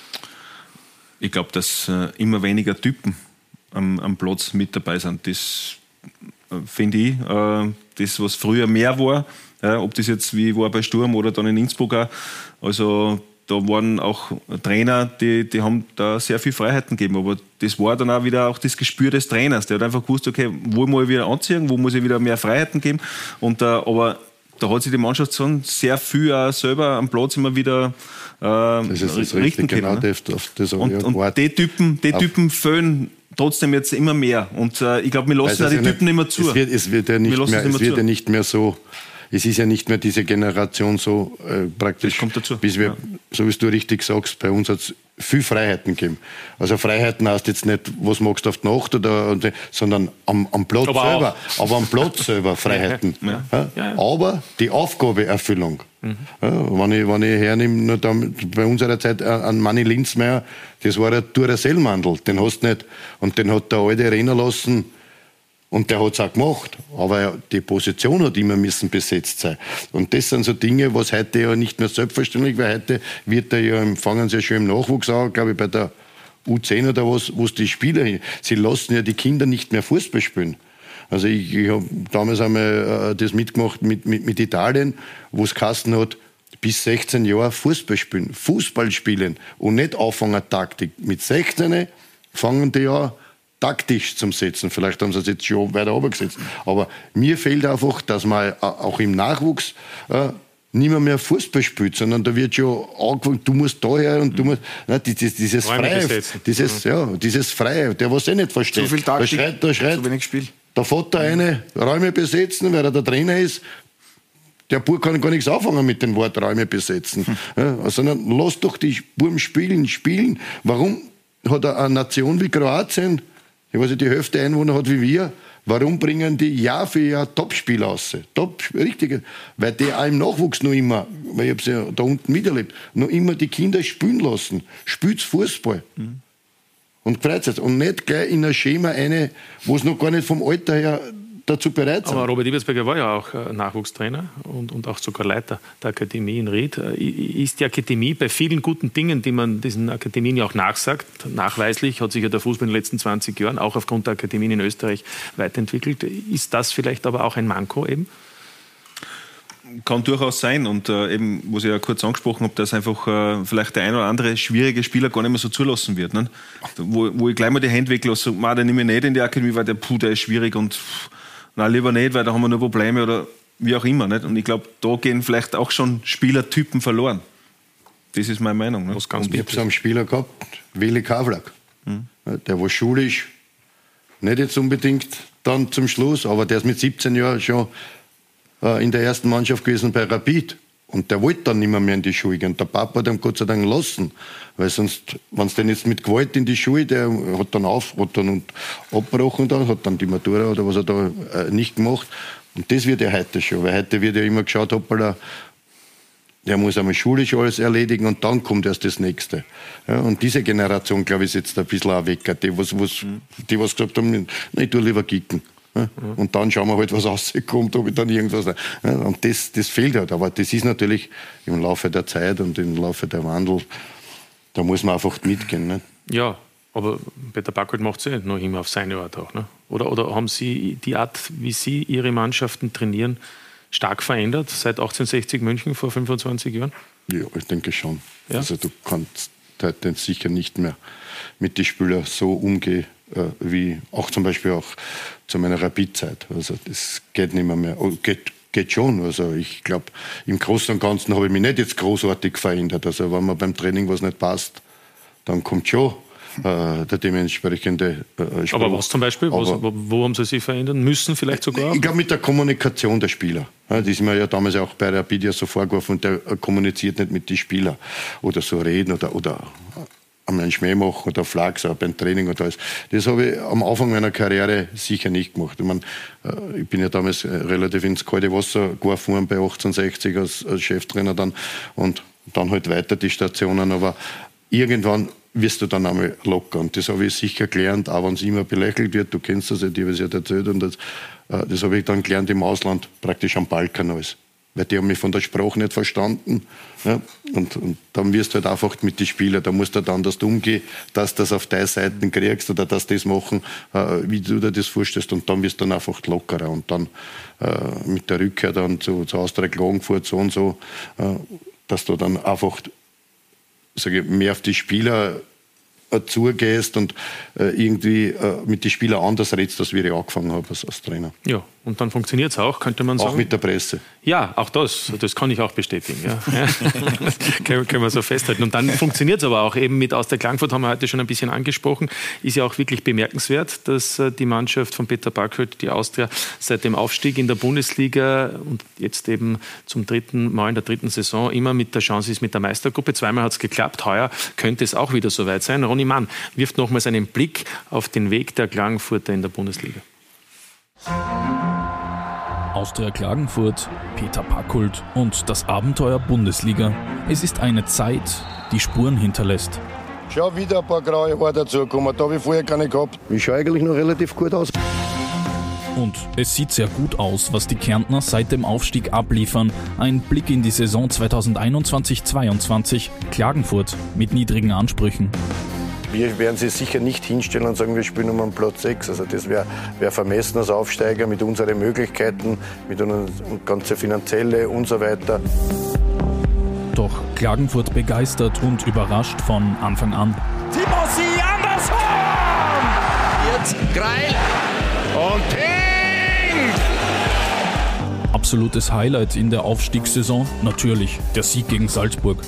Ich glaube, dass äh, immer weniger Typen am, am Platz mit dabei sind. Das äh, finde ich, äh, das, was früher mehr war, äh, ob das jetzt wie war bei Sturm oder dann in Innsbruck auch, also da waren auch Trainer, die, die haben da sehr viel Freiheiten gegeben, aber das war dann auch wieder auch das Gespür des Trainers. Der hat einfach gewusst, okay, wo muss ich wieder anziehen, wo muss ich wieder mehr Freiheiten geben. Und, äh, aber da hat sich die Mannschaft schon sehr viel auch selber am Platz immer wieder äh, das ist das richten können. Genau, ne? das, das und ja und die Typen, die Typen fehlen trotzdem jetzt immer mehr. Und äh, ich glaube, wir lassen auch die Typen nicht mehr zu. Es wird, es wird ja nicht, mehr, es wird ja nicht mehr so... Es ist ja nicht mehr diese Generation so äh, praktisch, das kommt dazu. Bis wir, ja. so wie du richtig sagst, bei uns hat es viel Freiheiten gegeben. Also Freiheiten heißt jetzt nicht, was magst du auf die Nacht, oder, sondern am, am Platz aber selber. Auch. Aber am Platz selber Freiheiten. Ja. Ja. Ja. Ja. Aber die Aufgabeerfüllung. Mhm. Ja, wenn, ich, wenn ich hernehme, bei unserer Zeit an Manni Linzmeier, das war ein Duracell-Mandel, den hast du nicht. Und den hat der alte rennen lassen. Und der hat es auch gemacht, aber die Position hat immer müssen besetzt sein. Und das sind so Dinge, was heute ja nicht mehr selbstverständlich, weil heute wird er ja, fangen sie ja schon im Nachwuchs an, glaube ich, bei der U zehn oder was, wo es die Spieler hin. Sie lassen ja die Kinder nicht mehr Fußball spielen. Also ich, ich habe damals einmal äh, das mitgemacht mit, mit, mit Italien, wo es geheißen hat, bis sechzehn Jahre Fußball spielen, Fußball spielen und nicht anfangen Taktik. Mit sechzehn fangen die ja taktisch zum Setzen. Vielleicht haben sie es jetzt schon weiter runtergesetzt. Aber mir fehlt einfach, dass man auch im Nachwuchs äh, nicht mehr, mehr Fußball spielt, sondern da wird schon angefangen, du musst daher und du musst... Nein, dieses, dieses Freie, dieses, ja, dieses Freie, der was eh nicht versteht. Zu viel Taktik, da schreit, da schreit zu wenig Spiel. Der Vater eine, Räume besetzen, weil er der Trainer ist. Der Bub kann gar nichts anfangen mit den Wort Räume besetzen. Hm. Ja, sondern lass doch die Buben spielen, spielen. Warum hat eine Nation wie Kroatien, ich weiß nicht, die Hälfte Einwohner hat wie wir, warum bringen die Jahr für Jahr Topspieler raus? Top, richtige, weil die auch im Nachwuchs noch immer, weil ich habe es ja da unten miterlebt, noch immer die Kinder spielen lassen. Spielt Fußball. Mhm. Und Freizeit. Und nicht gleich in ein Schema eine, wo es noch gar nicht vom Alter her dazu bereit sind. Aber Robert Ebersberger war ja auch Nachwuchstrainer und, und auch sogar Leiter der Akademie in Ried. Ist die Akademie bei vielen guten Dingen, die man diesen Akademien ja auch nachsagt, nachweislich hat sich ja der Fußball in den letzten zwanzig Jahren auch aufgrund der Akademien in Österreich weiterentwickelt. Ist das vielleicht aber auch ein Manko eben? Kann durchaus sein und äh, eben, was ich ja kurz angesprochen habe, dass einfach äh, vielleicht der ein oder andere schwierige Spieler gar nicht mehr so zulassen wird. Ne? Wo, wo ich gleich mal die Hände weglasse, den nehme ich nicht in die Akademie, weil der, puh, der ist schwierig und pff, nein, lieber nicht, weil da haben wir nur Probleme oder wie auch immer. Nicht? Und ich glaube, da gehen vielleicht auch schon Spielertypen verloren. Das ist meine Meinung. Ne? Was ganz ich habe so einen Spieler gehabt, Willi Kavlak. Hm. Der war schulisch, nicht jetzt unbedingt dann zum Schluss, aber der ist mit siebzehn Jahren schon äh, in der ersten Mannschaft gewesen bei Rapid. Und der wollte dann nicht mehr, mehr in die Schule gehen. Und der Papa hat ihn Gott sei Dank lassen. Weil sonst, wenn es den jetzt mit Gewalt in die Schule, der hat dann auf, hat dann abgebrochen, da, hat dann die Matura oder was er da äh, nicht gemacht. Und das wird ja heute schon. Weil heute wird ja immer geschaut, hoppala, der muss einmal schulisch alles erledigen und dann kommt erst das Nächste. Ja, und diese Generation, glaube ich, ist jetzt ein bisschen auch weg. Die, was, was, die, was gesagt haben, na, ich tue lieber kicken. Ja, mhm. Und dann schauen wir halt, was rauskommt, ob ich dann irgendwas... Ja, und das, das fehlt halt. Aber das ist natürlich im Laufe der Zeit und im Laufe der Wandel, da muss man einfach mitgehen. Ne? Ja, aber Peter Packold macht es ja noch immer auf seine Art auch. Ne? Oder, oder haben Sie die Art, wie Sie Ihre Mannschaften trainieren, stark verändert seit achtzehnhundertsechzig München vor fünfundzwanzig Jahren? Ja, ich denke schon. Ja? Also du kannst heute sicher nicht mehr mit den Spielern so umgehen, äh, wie auch zum Beispiel auch zu meiner Rapid-Zeit. Also das geht nicht mehr. mehr. Oh, geht, geht schon. Also ich glaube, im Großen und Ganzen habe ich mich nicht jetzt großartig verändert. Also wenn mir beim Training was nicht passt, dann kommt schon äh, der dementsprechende äh, Spruch. Aber was zum Beispiel? Was, wo, wo haben Sie sich verändern müssen vielleicht sogar? Ich glaube mit der Kommunikation der Spieler. Ja, das ist mir ja damals auch bei Rapid ja so vorgeworfen, und der kommuniziert nicht mit den Spielern. Oder so reden oder, oder einen Schmäh machen oder Flachs auch beim Training und alles. Das habe ich am Anfang meiner Karriere sicher nicht gemacht. Ich, meine, ich bin ja damals relativ ins kalte Wasser geworfen worden bei achtzehnhundertsechzig als, als Cheftrainer dann und dann halt weiter die Stationen. Aber irgendwann wirst du dann einmal locker. Und das habe ich sicher gelernt, auch wenn es immer belächelt wird. Du kennst das ja, die habe ich ja erzählt. Und das, das habe ich dann gelernt im Ausland, praktisch am Balkan alles. Weil die haben mich von der Sprache nicht verstanden. Ja, und, und dann wirst du halt einfach mit den Spielern, da musst du halt anders umgehen, dass du das auf deine Seiten kriegst oder dass die das machen, äh, wie du dir das vorstellst. Und dann wirst du dann einfach lockerer. Und dann äh, mit der Rückkehr dann zu, zu Austria Klagenfurt so und so, äh, dass du dann einfach sage ich, mehr auf die Spieler zugehst und äh, irgendwie äh, mit den Spielern anders redest, als wie ich angefangen habe als, als Trainer. Ja, und dann funktioniert es auch, könnte man sagen. Auch mit der Presse. Ja, auch das, das kann ich auch bestätigen. Ja. können, können wir so festhalten. Und dann funktioniert es aber auch eben mit Austria Klagenfurt, haben wir heute schon ein bisschen angesprochen, ist ja auch wirklich bemerkenswert, dass äh, die Mannschaft von Peter Packold, die Austria, seit dem Aufstieg in der Bundesliga und jetzt eben zum dritten Mal in der dritten Saison immer mit der Chance ist mit der Meistergruppe. Zweimal hat es geklappt, heuer könnte es auch wieder soweit sein. Ronny Mann wirft nochmals einen Blick auf den Weg der Klagenfurter in der Bundesliga. Austria Klagenfurt, Peter Packold und das Abenteuer Bundesliga. Es ist eine Zeit, die Spuren hinterlässt. Schau, wieder ein paar graue Haare dazugekommen. Da habe ich vorher keine gehabt. Ich schaue eigentlich noch relativ gut aus. Und es sieht sehr gut aus, was die Kärntner seit dem Aufstieg abliefern. Ein Blick in die Saison zweitausendeinundzwanzig zweiundzwanzig. Klagenfurt mit niedrigen Ansprüchen. Wir werden sie sicher nicht hinstellen und sagen, wir spielen um einen Platz sechs. Also das wäre wär vermessen als Aufsteiger mit unseren Möglichkeiten, mit unseren ganzen finanzielle und so weiter. Doch Klagenfurt begeistert und überrascht von Anfang an. Timothy Andersson! Jetzt Greil und Ping! Absolutes Highlight in der Aufstiegssaison, natürlich der Sieg gegen Salzburg.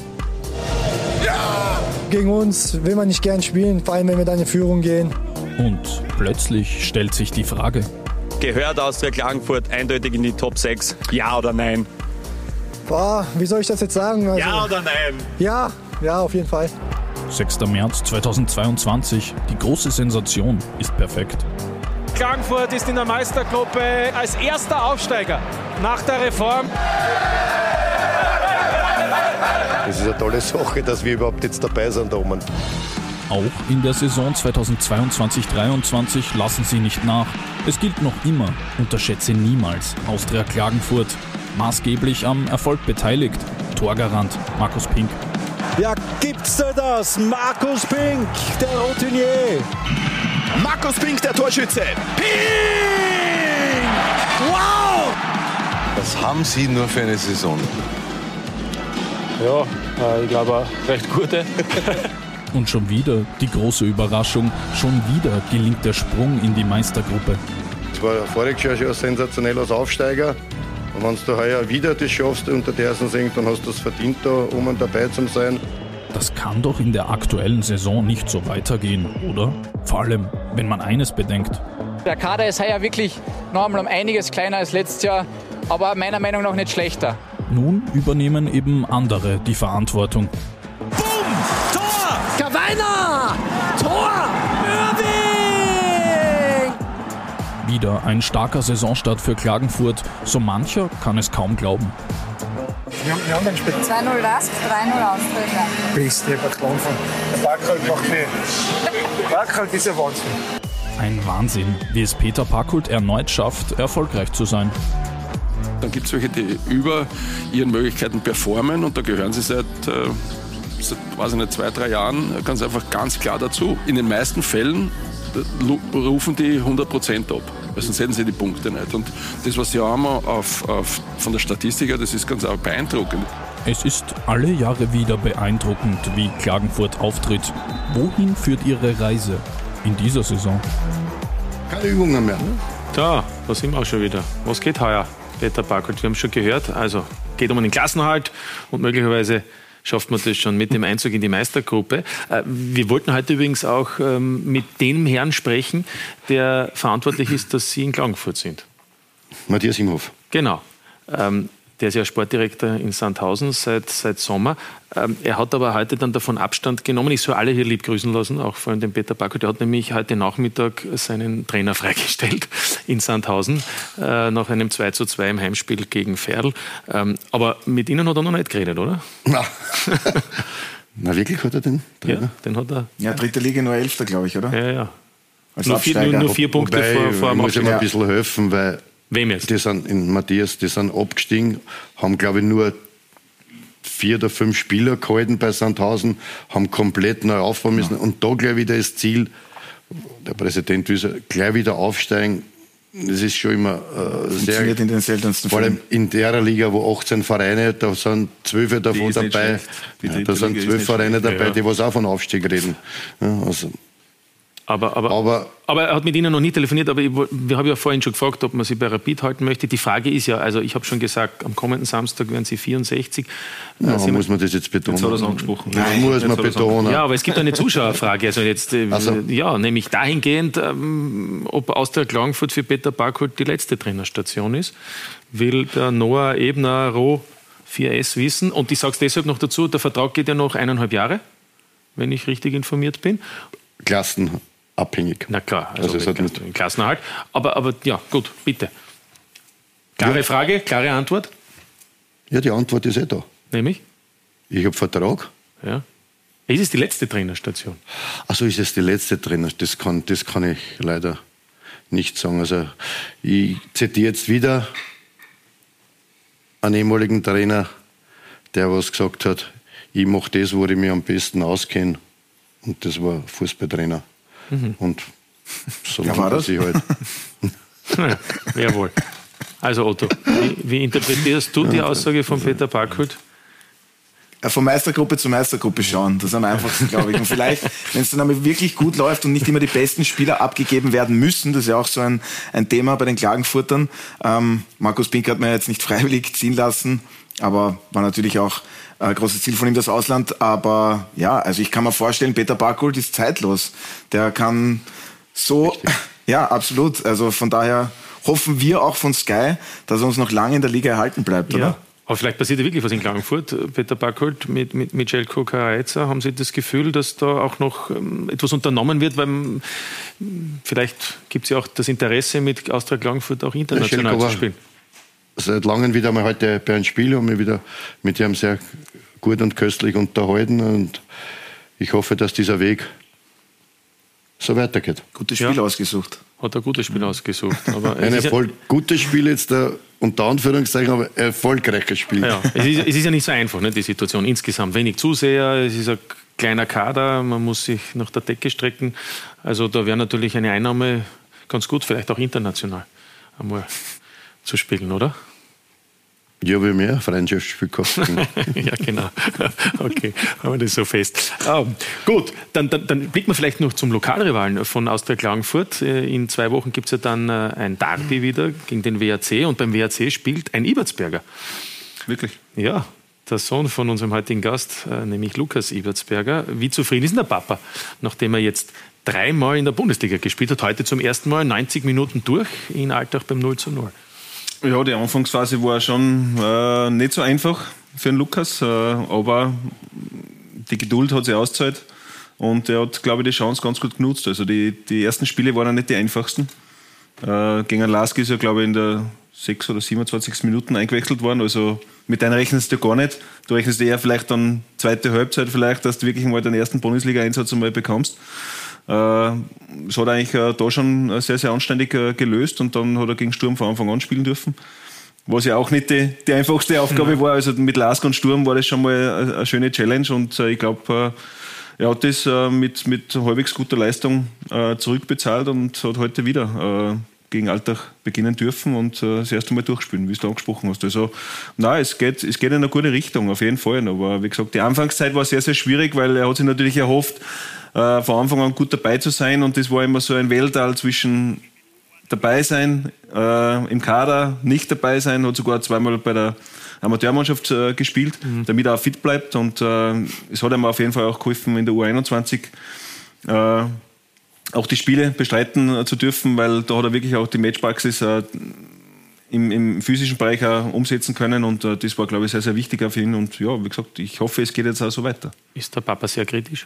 Gegen uns will man nicht gern spielen, vor allem wenn wir dann in Führung gehen. Und plötzlich stellt sich die Frage: Gehört Austria Klagenfurt eindeutig in die Top sechs? Ja oder nein? Boah, wie soll ich das jetzt sagen? Also, ja oder nein? Ja, ja, auf jeden Fall. sechster März zweitausendzweiundzwanzig, die große Sensation ist perfekt. Klagenfurt ist in der Meistergruppe als erster Aufsteiger nach der Reform. Das ist eine tolle Sache, dass wir überhaupt jetzt dabei sind da oben. Auch in der Saison zweitausendzweiundzwanzig dreiundzwanzig lassen sie nicht nach. Es gilt noch immer, unterschätze niemals Austria Klagenfurt. Maßgeblich am Erfolg beteiligt, Torgarant Markus Pink. Ja, gibt's da das? Markus Pink, der Routinier. Markus Pink, der Torschütze. Pink! Wow! Was haben Sie nur für eine Saison? Ja, ich glaube, recht gute. Und schon wieder die große Überraschung. Schon wieder gelingt der Sprung in die Meistergruppe. Es war voriges Jahr schon sensationell als Aufsteiger. Und wenn du heuer wieder das schaffst unter der ersten Saison, dann hast du es verdient, da oben dabei zu sein. Das kann doch in der aktuellen Saison nicht so weitergehen, oder? Vor allem, wenn man eines bedenkt. Der Kader ist heuer wirklich noch einmal um einiges kleiner als letztes Jahr, aber meiner Meinung nach nicht schlechter. Nun übernehmen eben andere die Verantwortung. Boom! Tor! Gavaina! Tor! Irving! Wieder ein starker Saisonstart für Klagenfurt. So mancher kann es kaum glauben. Wir haben die anderen Spiele. zwei null Lask, drei null Austria. Beste Patron von Barkholt macht mich. Barkholt ist ja Wahnsinn. Ein Wahnsinn, wie es Peter Packhult erneut schafft, erfolgreich zu sein. Dann gibt es welche, die über ihren Möglichkeiten performen und da gehören sie seit, äh, seit weiß ich nicht, zwei, drei Jahren ganz einfach ganz klar dazu. In den meisten Fällen äh, rufen die hundert Prozent ab, weil sonst hätten sie die Punkte nicht. Und das, was sie haben auf, auf, von der Statistik her, das ist ganz auch beeindruckend. Es ist alle Jahre wieder beeindruckend, wie Klagenfurt auftritt. Wohin führt ihre Reise in dieser Saison? Keine Übungen mehr. Da, da sind wir auch schon wieder. Was geht heuer, Peter Packhult? Wir haben es schon gehört. Also geht um einen Klassenerhalt und möglicherweise schafft man das schon mit dem Einzug in die Meistergruppe. Wir wollten heute übrigens auch mit dem Herrn sprechen, der verantwortlich ist, dass Sie in Klagenfurt sind. Matthias Imhoff. Genau. Der ist ja Sportdirektor in Sandhausen seit, seit Sommer. Ähm, er hat aber heute dann davon Abstand genommen. Ich soll alle hier lieb grüßen lassen, auch vor allem den Peter Packhult. Der hat nämlich heute Nachmittag seinen Trainer freigestellt in Sandhausen äh, nach einem zwei zu zwei im Heimspiel gegen Ferl. Ähm, aber mit Ihnen hat er noch nicht geredet, oder? Na, Na wirklich hat er den Trainer? Ja, den hat er. Ja, dritte Liga nur Elfter, glaube ich, oder? Ja, ja. Als nur, vier, nur, nur vier Punkte Wobei, vor, vor dem muss ich mir ja. ein bisschen helfen, weil Wem jetzt? Die sind in Matthias, die sind abgestiegen, haben glaube ich nur vier oder fünf Spieler gehalten bei Sandhausen, haben komplett neu aufbauen müssen. Ja. Und da gleich wieder das Ziel, der Präsident will gleich wieder aufsteigen. Das ist schon immer äh, sehr. In den seltensten vor allem in der Liga, wo achtzehn Vereine, da sind zwölf davon dabei. Ja, da sind zwölf Vereine dabei, ja. die was auch von Aufstieg reden. Ja, also. Aber, aber, aber, aber er hat mit Ihnen noch nie telefoniert, aber ich, wir haben ja vorhin schon gefragt, ob man Sie bei Rapid halten möchte. Die Frage ist ja, also ich habe schon gesagt, am kommenden Samstag werden Sie vierundsechzig. Ja, Sie muss man das jetzt betonen? Jetzt hat er es angesprochen. Nein, muss man betonen. Ja, aber es gibt eine Zuschauerfrage, also jetzt, also. ja, nämlich dahingehend, ähm, ob Austria Klagenfurt für Peter Packhult die letzte Trainerstation ist, will der Noah Ebner Roh vier S wissen. Und ich sage es deshalb noch dazu, der Vertrag geht ja noch eineinhalb Jahre, wenn ich richtig informiert bin. Klassen. Abhängig. Na klar, also, also es hat Klassenerhalt. Aber, aber ja, gut, bitte. Klare ja. Frage, klare Antwort? Ja, die Antwort ist eh da. Nämlich? Ich habe Vertrag. Ja. Ist es die letzte Trainerstation? Also ist es die letzte Trainerstation? Das kann, das kann ich leider nicht sagen. Also ich zitiere jetzt wieder einen ehemaligen Trainer, der was gesagt hat, ich mache das, wo ich mich am besten auskenne. Und das war Fußballtrainer. Mhm. Und so ja, war das? Ich halt. Ja, jawohl. Also Otto, wie, wie interpretierst du die Aussage von Peter Packhult? Von Meistergruppe zu Meistergruppe schauen, das ist am einfachsten, glaube ich. Und vielleicht, wenn es dann einmal wirklich gut läuft und nicht immer die besten Spieler abgegeben werden müssen, das ist ja auch so ein, ein Thema bei den Klagenfurtern. Ähm, Markus Pink hat mir jetzt nicht freiwillig ziehen lassen, aber war natürlich auch ein großes Ziel von ihm, das Ausland. Aber ja, also ich kann mir vorstellen, Peter Packhult ist zeitlos. Der kann so, Richtig. ja, absolut. Also von daher hoffen wir auch von Sky, dass er uns noch lange in der Liga erhalten bleibt, oder? Ja. Aber vielleicht passiert ja wirklich was in Klagenfurt. Peter Packhult mit, mit, mit Jelko Karajica, haben Sie das Gefühl, dass da auch noch ähm, etwas unternommen wird? Weil ähm, vielleicht gibt es ja auch das Interesse, mit Austria Klagenfurt auch international ja, zu spielen. Seit langem wieder mal heute bei einem Spiel und mich wieder mit ihm sehr gut und köstlich unterhalten. Und ich hoffe, dass dieser Weg so weitergeht. Gutes Spiel ja. ausgesucht. Hat ein gutes Spiel ausgesucht. Aber ein Erfolg, ja gutes Spiel jetzt, uh, unter Anführungszeichen, aber erfolgreiches Spiel. Ja, es, ist, es ist ja nicht so einfach, ne, die Situation insgesamt. Wenig Zuseher, es ist ein kleiner Kader, man muss sich nach der Decke strecken. Also da wäre natürlich eine Einnahme ganz gut, vielleicht auch international einmal zu spielen, oder? Ja, wir mehr Freundschaftsspiel gehabt. Ja, genau. Okay, haben wir das so fest. Oh, gut, dann, dann, dann blicken wir vielleicht noch zum Lokalrivalen von Austria Klagenfurt. In zwei Wochen gibt es ja dann ein Derby wieder gegen den W A C und beim W A C spielt ein Ibertsberger. Wirklich? Ja, der Sohn von unserem heutigen Gast, nämlich Lukas Ibertsberger. Wie zufrieden ist denn der Papa, nachdem er jetzt dreimal in der Bundesliga gespielt hat, heute zum ersten Mal neunzig Minuten durch in Altach beim null zu null? Ja, die Anfangsphase war schon äh, nicht so einfach für den Lukas, äh, aber die Geduld hat sich ausgezahlt und er hat, glaube ich, die Chance ganz gut genutzt. Also die, die ersten Spiele waren ja nicht die einfachsten. Äh, gegen Lask ist ja, glaube ich, in der sechs oder siebenundzwanzigsten Minuten eingewechselt worden. Also mit denen rechnest du gar nicht. Du rechnest eher vielleicht dann zweite Halbzeit vielleicht, dass du wirklich mal den ersten Bundesliga-Einsatz einmal bekommst. Es hat eigentlich da schon sehr, sehr anständig gelöst und dann hat er gegen Sturm von Anfang an spielen dürfen. Was ja auch nicht die, die einfachste Aufgabe mhm. war. Also mit Lask und Sturm war das schon mal eine schöne Challenge und ich glaube, er hat das mit, mit halbwegs guter Leistung zurückbezahlt und hat heute wieder gegen Altach beginnen dürfen und das erste Mal durchspielen, wie du angesprochen hast. Also nein, es geht, es geht in eine gute Richtung, auf jeden Fall. Aber wie gesagt, die Anfangszeit war sehr, sehr schwierig, weil er hat sich natürlich erhofft, äh, von Anfang an gut dabei zu sein und das war immer so ein Weltall zwischen dabei sein, äh, im Kader, nicht dabei sein, hat sogar zweimal bei der Amateurmannschaft äh, gespielt, mhm. damit er auch fit bleibt und äh, es hat ihm auf jeden Fall auch geholfen in der U einundzwanzig äh, auch die Spiele bestreiten äh, zu dürfen, weil da hat er wirklich auch die Matchpraxis äh, im, im physischen Bereich auch umsetzen können und äh, das war, glaube ich, sehr, sehr wichtig für ihn und ja, wie gesagt, ich hoffe, es geht jetzt auch so weiter. Ist der Papa sehr kritisch?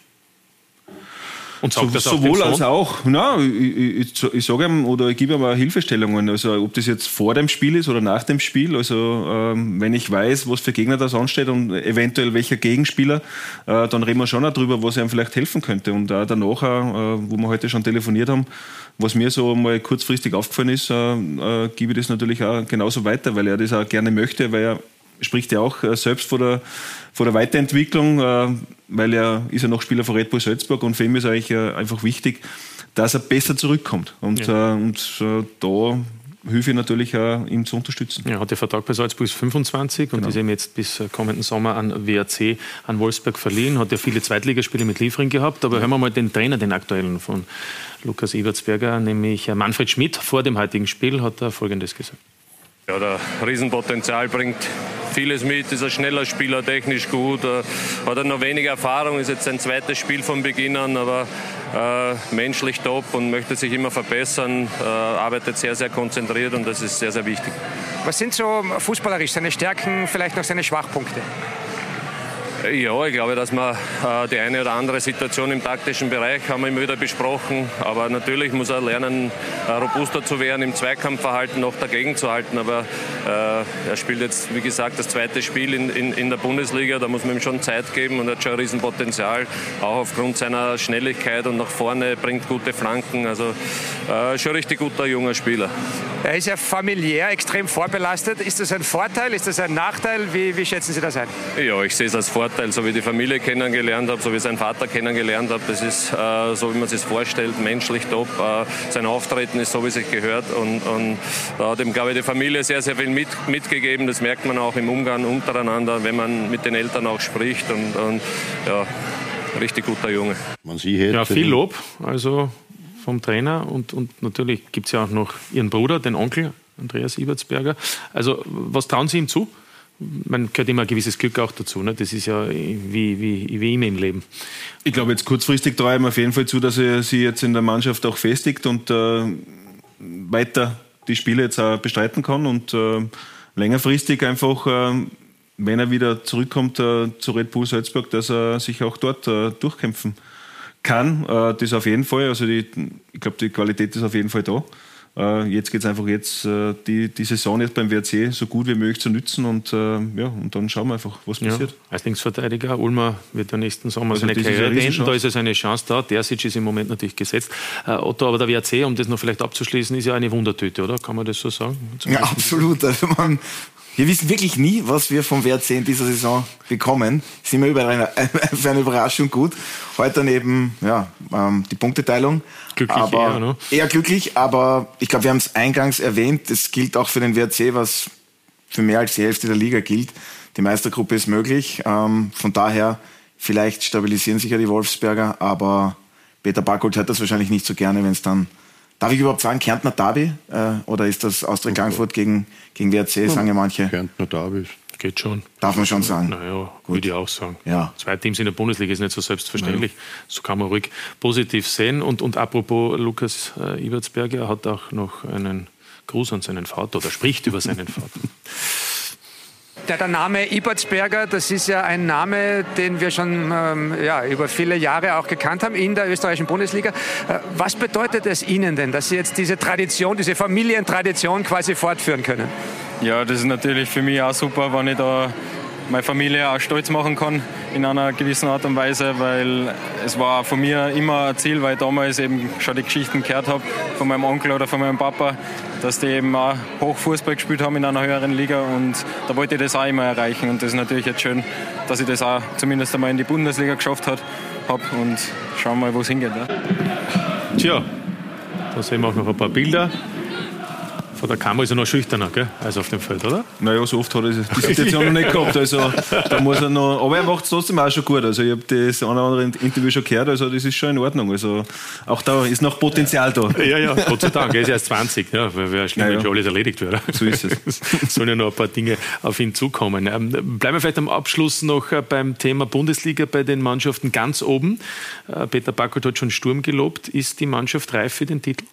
Und sagt so, das sowohl auch als auch. Na, ich, ich, ich sage ihm oder ich gebe ihm auch Hilfestellungen. Also ob das jetzt vor dem Spiel ist oder nach dem Spiel. Also ähm, wenn ich weiß, was für Gegner das ansteht und eventuell welcher Gegenspieler, äh, dann reden wir schon auch drüber, was ihm vielleicht helfen könnte. Und auch danach, äh, wo wir heute schon telefoniert haben, was mir so mal kurzfristig aufgefallen ist, äh, äh, gebe ich das natürlich auch genauso weiter, weil er das auch gerne möchte, weil er spricht ja auch äh, selbst vor der, vor der Weiterentwicklung, äh, weil er ist ja noch Spieler von Red Bull Salzburg und für ihn ist eigentlich äh, einfach wichtig, dass er besser zurückkommt. Und, ja. äh, und äh, da hilfe ich natürlich auch, ihm zu unterstützen. Ja, hat der Vertrag bei Salzburg bis fünfundzwanzig und genau. ist eben jetzt bis kommenden Sommer an W R C an Wolfsberg verliehen. Hat ja viele Zweitligaspiele mit Liefering gehabt, aber hören wir mal den Trainer, den aktuellen von Lukas Ibertsberger, nämlich Manfred Schmidt. Vor dem heutigen Spiel hat er Folgendes gesagt. Ja, der Riesenpotenzial bringt vieles mit, ist ein schneller Spieler, technisch gut, äh, hat er noch wenig Erfahrung, ist jetzt sein zweites Spiel von Beginn an, aber äh, menschlich top und möchte sich immer verbessern, äh, arbeitet sehr, sehr konzentriert und das ist sehr, sehr wichtig. Was sind so fußballerisch seine Stärken, vielleicht noch seine Schwachpunkte? Ja, ich glaube, dass wir äh, die eine oder andere Situation im taktischen Bereich haben wir immer wieder besprochen. Aber natürlich muss er lernen, äh, robuster zu werden, im Zweikampfverhalten noch dagegen zu halten. Aber äh, er spielt jetzt, wie gesagt, das zweite Spiel in, in, in der Bundesliga. Da muss man ihm schon Zeit geben und er hat schon ein Riesenpotenzial. Auch aufgrund seiner Schnelligkeit und nach vorne bringt gute Flanken. Also äh, schon ein richtig guter junger Spieler. Er ist ja familiär extrem vorbelastet. Ist das ein Vorteil? Ist das ein Nachteil? Wie, wie schätzen Sie das ein? Ja, ich sehe es als Vorteil. So wie ich die Familie kennengelernt habe, so wie sein Vater kennengelernt habe, das ist äh, so, wie man sich das vorstellt, menschlich top. Äh, sein Auftreten ist so, wie es sich gehört. Und, und da hat ihm, glaube ich, die Familie sehr, sehr viel mit, mitgegeben. Das merkt man auch im Umgang untereinander, wenn man mit den Eltern auch spricht. Und, und ja, richtig guter Junge. Man sieht hätte ja, viel Lob also vom Trainer. Und, und natürlich gibt es ja auch noch Ihren Bruder, den Onkel, Andreas Ibertsberger. Also, was trauen Sie ihm zu? Man gehört immer ein gewisses Glück auch dazu. Ne? Das ist ja wie, wie, wie immer im Leben. Ich glaube, jetzt kurzfristig traue ich ihm auf jeden Fall zu, dass er sich jetzt in der Mannschaft auch festigt und äh, weiter die Spiele jetzt auch bestreiten kann. Und äh, längerfristig einfach, äh, wenn er wieder zurückkommt äh, zu Red Bull Salzburg, dass er sich auch dort äh, durchkämpfen kann. Äh, das auf jeden Fall. Also die, ich glaube, die Qualität ist auf jeden Fall da. Uh, jetzt geht es einfach jetzt, uh, die, die Saison jetzt beim W R C so gut wie möglich zu nützen und, uh, ja, und dann schauen wir einfach, was passiert. Ja, als Linksverteidiger, Ulmer wird der nächsten Sommer also seine Karriere beenden, da ist es eine Chance da. Terzic ist im Moment natürlich gesetzt. Uh, Otto, aber der W R C, um das noch vielleicht abzuschließen, ist ja eine Wundertüte, oder? Kann man das so sagen? Zum ja, absolut. Also man, wir wissen wirklich nie, was wir vom W R C in dieser Saison bekommen. Ist immer eine, für eine Überraschung gut. Heute daneben ja, ähm, die Punkteteilung. Glücklich aber eher, ne? Eher glücklich, aber ich glaube, wir haben es eingangs erwähnt, das gilt auch für den W R C, was für mehr als die Hälfte der Liga gilt. Die Meistergruppe ist möglich. Ähm, von daher, vielleicht stabilisieren sich ja die Wolfsberger, aber Peter Barkold hört das wahrscheinlich nicht so gerne, wenn es dann, darf ich überhaupt sagen, Kärntner Derby? Äh, oder ist das Austria Klagenfurt gegen, gegen W R C, sagen ja manche? Kärntner Derby. Geht schon. Darf man schon sagen. Naja, würde ich auch sagen. Ja. Zwei Teams in der Bundesliga ist nicht so selbstverständlich. Naja. So kann man ruhig positiv sehen. Und, und apropos Lukas äh, Ibertsberger, er hat auch noch einen Gruß an seinen Vater oder spricht über seinen Vater. Der, der Name Ibertsberger, das ist ja ein Name, den wir schon ähm, ja, über viele Jahre auch gekannt haben in der österreichischen Bundesliga. Äh, was bedeutet es Ihnen denn, dass Sie jetzt diese Tradition, diese Familientradition quasi fortführen können? Ja, das ist natürlich für mich auch super, wenn ich da meine Familie auch stolz machen kann in einer gewissen Art und Weise, weil es war von mir immer ein Ziel, weil ich damals eben schon die Geschichten gehört habe von meinem Onkel oder von meinem Papa, dass die eben auch Hochfußball gespielt haben in einer höheren Liga und da wollte ich das auch immer erreichen und das ist natürlich jetzt schön, dass ich das auch zumindest einmal in die Bundesliga geschafft habe und schauen wir mal, wo es hingeht. Ja. Tja, da sehen wir auch noch ein paar Bilder. Von der Kamera ist er noch schüchterner, gell? als auf dem Feld, oder? Naja, so oft hat er die Situation noch nicht gehabt. Also, da muss er noch, aber er macht es trotzdem auch schon gut. Also, ich habe das eine oder andere Interview schon gehört, also das ist schon in Ordnung. Also, auch da ist noch Potenzial da. Ja, ja, Gott sei Dank. Er ist erst zwanzig, ja, weil wäre schlimm, wenn schon alles erledigt wäre. So ist es. Sollen ja noch ein paar Dinge auf ihn zukommen. Ähm, bleiben wir vielleicht am Abschluss noch beim Thema Bundesliga bei den Mannschaften ganz oben. Äh, Peter Backholt hat schon Sturm gelobt. Ist die Mannschaft reif für den Titel?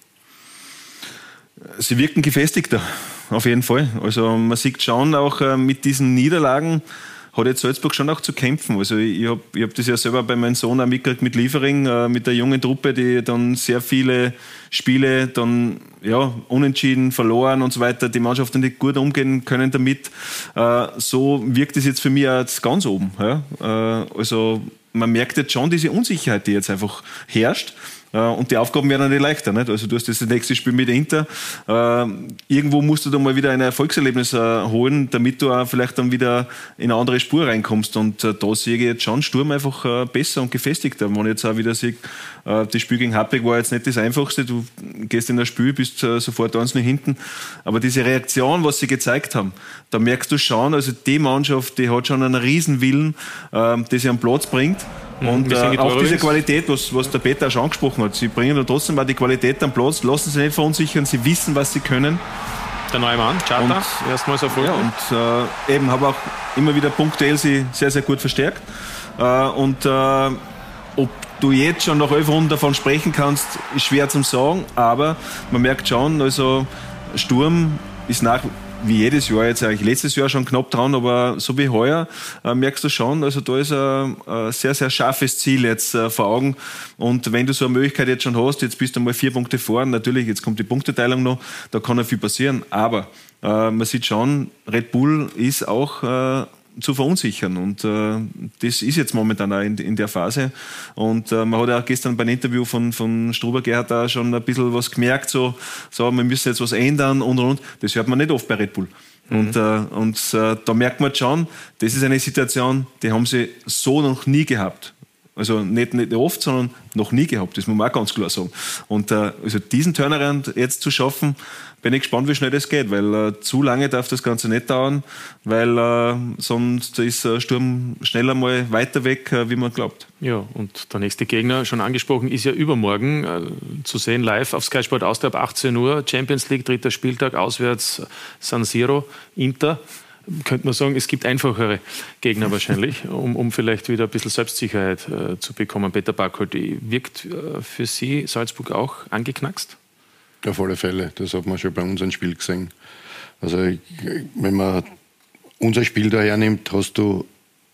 Sie wirken gefestigter, auf jeden Fall. Also man sieht schon auch äh, mit diesen Niederlagen hat jetzt Salzburg schon auch zu kämpfen. Also ich habe ich hab das ja selber bei meinem Sohn auch mitgekriegt mit Liefering, äh, mit der jungen Truppe, die dann sehr viele Spiele dann ja, unentschieden, verloren und so weiter, die Mannschaften nicht gut umgehen können damit. Äh, so wirkt es jetzt für mich jetzt ganz oben. Ja? Äh, also man merkt jetzt schon diese Unsicherheit, die jetzt einfach herrscht. Und die Aufgaben werden dann nicht leichter. Nicht? Also du hast das nächste Spiel mit Inter. Äh, irgendwo musst du da mal wieder ein Erfolgserlebnis äh, holen, damit du auch vielleicht dann wieder in eine andere Spur reinkommst. Und äh, da sehe ich jetzt schon Sturm einfach äh, besser und gefestigter. Wenn ich jetzt auch wieder sehe, äh, das Spiel gegen Happig war jetzt nicht das Einfachste. Du gehst in das Spiel, bist äh, sofort eins null hinten. Aber diese Reaktion, was sie gezeigt haben, da merkst du schon, also die Mannschaft, die hat schon einen Riesenwillen, äh, die sie am Platz bringt. Und äh, auch diese Qualität, was, was der Peter auch schon angesprochen hat, sie bringen dann trotzdem auch die Qualität am Platz, lassen sich nicht verunsichern, sie wissen, was sie können. Der neue Mann, Chata, erstmals Erfolg. Ja, und äh, eben habe auch immer wieder punktuell sie sehr, sehr gut verstärkt. Äh, und äh, ob du jetzt schon nach elf Runden davon sprechen kannst, ist schwer zu sagen, aber man merkt schon, also Sturm ist nach wie jedes Jahr, jetzt eigentlich letztes Jahr schon knapp dran, aber so wie heuer äh, merkst du schon, also da ist ein, ein sehr, sehr scharfes Ziel jetzt äh, vor Augen und wenn du so eine Möglichkeit jetzt schon hast, jetzt bist du mal vier Punkte vor, natürlich, jetzt kommt die Punkteteilung noch, da kann ja viel passieren, aber äh, man sieht schon, Red Bull ist auch äh, zu verunsichern und äh, das ist jetzt momentan auch in, in der Phase und äh, man hat ja auch gestern beim Interview von, von Struber Gerhard da schon ein bisschen was gemerkt, so, so wir müssen jetzt was ändern und und und, das hört man nicht oft bei Red Bull. Mhm. Und, äh, und äh, da merkt man schon, das ist eine Situation, die haben sie so noch nie gehabt. Also nicht, nicht oft, sondern noch nie gehabt, das muss man auch ganz klar sagen. Und äh, also diesen Turnaround jetzt zu schaffen, bin ich gespannt, wie schnell das geht, weil äh, zu lange darf das Ganze nicht dauern, weil äh, sonst ist äh, Sturm schneller mal weiter weg, äh, wie man glaubt. Ja, und der nächste Gegner, schon angesprochen, ist ja übermorgen äh, zu sehen live auf Sky Sport Austria ab achtzehn Uhr, Champions League, dritter Spieltag, auswärts San Siro, Inter. Könnte man sagen, es gibt einfachere Gegner wahrscheinlich, um, um vielleicht wieder ein bisschen Selbstsicherheit äh, zu bekommen. Peter Backholt, wirkt äh, für Sie Salzburg auch angeknackst? Auf alle Fälle, das hat man schon bei unserem Spiel gesehen. Also wenn man unser Spiel da hernimmt, hast du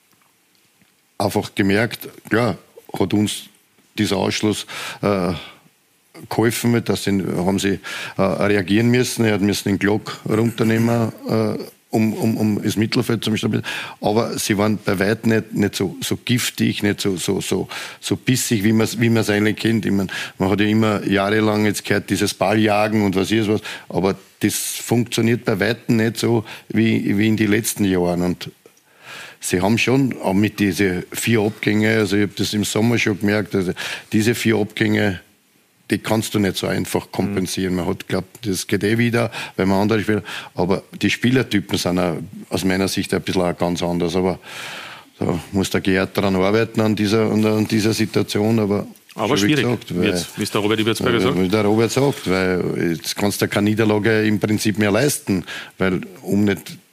einfach gemerkt, klar, hat uns dieser Ausschluss äh, geholfen, dass sie, haben sie äh, reagieren müssen. Er hat müssen den Glock runternehmen, äh, um, um, um das Mittelfeld zu stabilisieren. Aber sie waren bei weitem nicht, nicht so, so giftig, nicht so, so, so, so bissig, wie man es wie eigentlich kennt. Ich meine, man hat ja immer jahrelang jetzt gehört, dieses Balljagen und was ist was, aber das funktioniert bei weitem nicht so wie, wie in den letzten Jahren. Und sie haben schon auch mit diesen vier Abgängen, also ich habe das im Sommer schon gemerkt, also diese vier Abgänge, die kannst du nicht so einfach kompensieren. Man hat glaubt, das geht eh wieder, weil man andere Spieler, aber die Spielertypen sind auch, aus meiner Sicht ein bisschen auch ganz anders. Aber da muss der Gerhard daran arbeiten an dieser, an dieser Situation. Aber, aber schwierig, wie es der Robert Ibertsberger sagt. Wie der Robert sagt, weil jetzt kannst du keine Niederlage im Prinzip mehr leisten, weil um nicht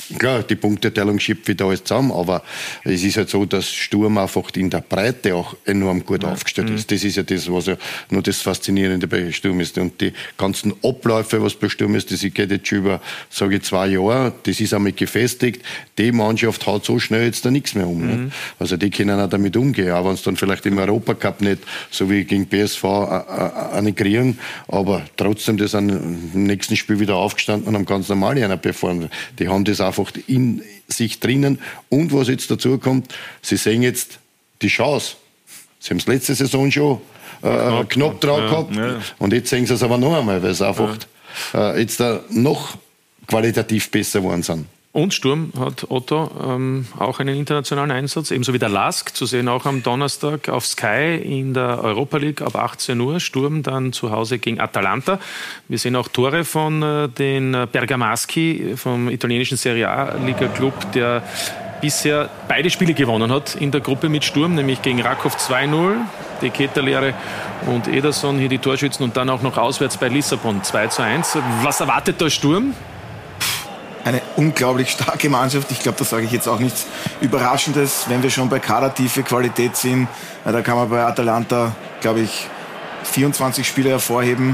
klar, die Punkteteilung schiebt wieder alles zusammen, aber es ist halt so, dass Sturm einfach in der Breite auch enorm gut ja. aufgestellt ist. Das ist ja das, was ja nur das Faszinierende bei Sturm ist. Und die ganzen Abläufe, was bei Sturm ist, das geht jetzt schon über, sage ich, zwei Jahre, das ist einmal gefestigt. Die Mannschaft haut so schnell jetzt da nichts mehr um. Mhm. Ne? Also die können auch damit umgehen, auch wenn es dann vielleicht im Europacup nicht, so wie gegen P S V, auch nicht kriegen, aber trotzdem, die sind im nächsten Spiel wieder aufgestanden und haben ganz normal einer performt. Die haben das einfach in sich drinnen. Und was jetzt dazu kommt, sie sehen jetzt die Chance. Sie haben es letzte Saison schon äh, knapp, knapp drauf ja, gehabt. Ja. Und jetzt sehen sie es aber noch einmal, weil es einfach ja. äh, jetzt da noch qualitativ besser geworden sind. Und Sturm hat Otto ähm, auch einen internationalen Einsatz, ebenso wie der Lask, zu sehen auch am Donnerstag auf Sky in der Europa League ab achtzehn Uhr. Sturm dann zu Hause gegen Atalanta. Wir sehen auch Tore von äh, den Bergamaschi vom italienischen Serie A-Liga-Club, der bisher beide Spiele gewonnen hat in der Gruppe mit Sturm, nämlich gegen Rakov zwei null, die Keterlehre und Ederson hier die Torschützen und dann auch noch auswärts bei Lissabon zwei zu eins. Was erwartet der Sturm? Eine unglaublich starke Mannschaft. Ich glaube, da sage ich jetzt auch nichts Überraschendes. Wenn wir schon bei Kadertiefe, Qualität sind, da kann man bei Atalanta, glaube ich, vierundzwanzig Spieler hervorheben.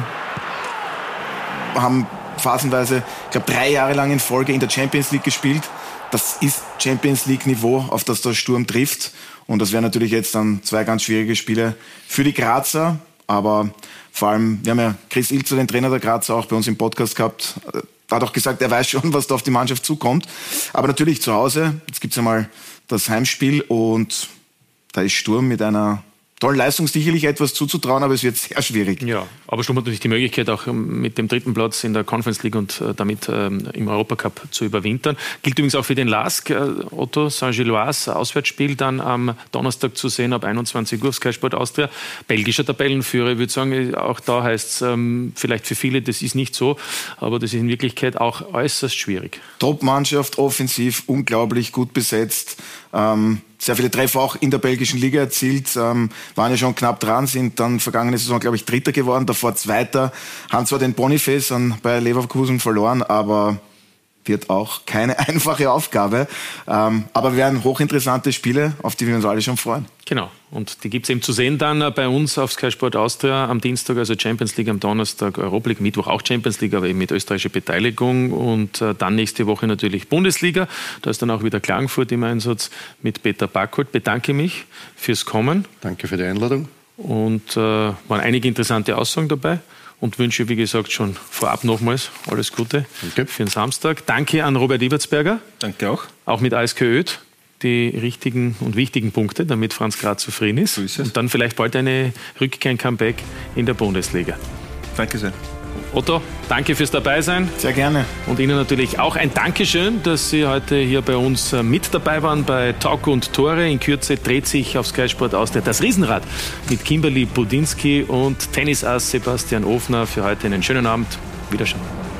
Haben phasenweise, ich glaube, drei Jahre lang in Folge in der Champions League gespielt. Das ist Champions League-Niveau, auf das der Sturm trifft. Und das wären natürlich jetzt dann zwei ganz schwierige Spiele für die Grazer. Aber vor allem, wir haben ja Chris Ilzer, den Trainer der Grazer, auch bei uns im Podcast gehabt. Er hat auch gesagt, er weiß schon, was da auf die Mannschaft zukommt. Aber natürlich zu Hause, jetzt gibt es einmal das Heimspiel und da ist Sturm mit einer tollen Leistung sicherlich etwas zuzutrauen, aber es wird sehr schwierig. Ja, aber Sturm hat natürlich die Möglichkeit, auch mit dem dritten Platz in der Conference League und damit ähm, im Europacup zu überwintern. Gilt übrigens auch für den Lask. Äh, Otto Saint-Gilloise, Auswärtsspiel dann am Donnerstag zu sehen, ab einundzwanzig Uhr auf Sky Sport Austria. Belgischer Tabellenführer, ich würde sagen, auch da heißt es ähm, vielleicht für viele, das ist nicht so, aber das ist in Wirklichkeit auch äußerst schwierig. Top-Mannschaft, offensiv, unglaublich gut besetzt. Ähm, sehr viele Treffer auch in der belgischen Liga erzielt, ähm, waren ja schon knapp dran, sind dann vergangene Saison, glaube ich, Dritter geworden, davor Zweiter, haben zwar den Boniface an, bei Leverkusen verloren, aber wird auch keine einfache Aufgabe. Ähm, aber werden hochinteressante Spiele, auf die wir uns alle schon freuen. Genau, und die gibt es eben zu sehen dann bei uns auf Sky Sport Austria am Dienstag, also Champions League, am Donnerstag Europa League, Mittwoch auch Champions League, aber eben mit österreichischer Beteiligung und äh, dann nächste Woche natürlich Bundesliga. Da ist dann auch wieder Klagenfurt im Einsatz mit Peter Backholt. Bedanke mich fürs Kommen. Danke für die Einladung. Und äh, waren einige interessante Aussagen dabei. Und wünsche, wie gesagt, schon vorab nochmals alles Gute Danke. Für den Samstag. Danke an Robert Ebertsberger. Danke auch. Auch mit Eiskö Öd. Die richtigen und wichtigen Punkte, damit Franz Graz zufrieden ist. So ist es. Und dann vielleicht bald eine Rückkehr, ein Comeback in der Bundesliga. Danke sehr. Otto, danke fürs Dabeisein. Sehr gerne. Und Ihnen natürlich auch ein Dankeschön, dass Sie heute hier bei uns mit dabei waren bei Talk und Tore. In Kürze dreht sich auf Sky Sport Austria das Riesenrad mit Kimberly Budinski und Tennisass Sebastian Ofner. Für heute einen schönen Abend. Wiederschauen.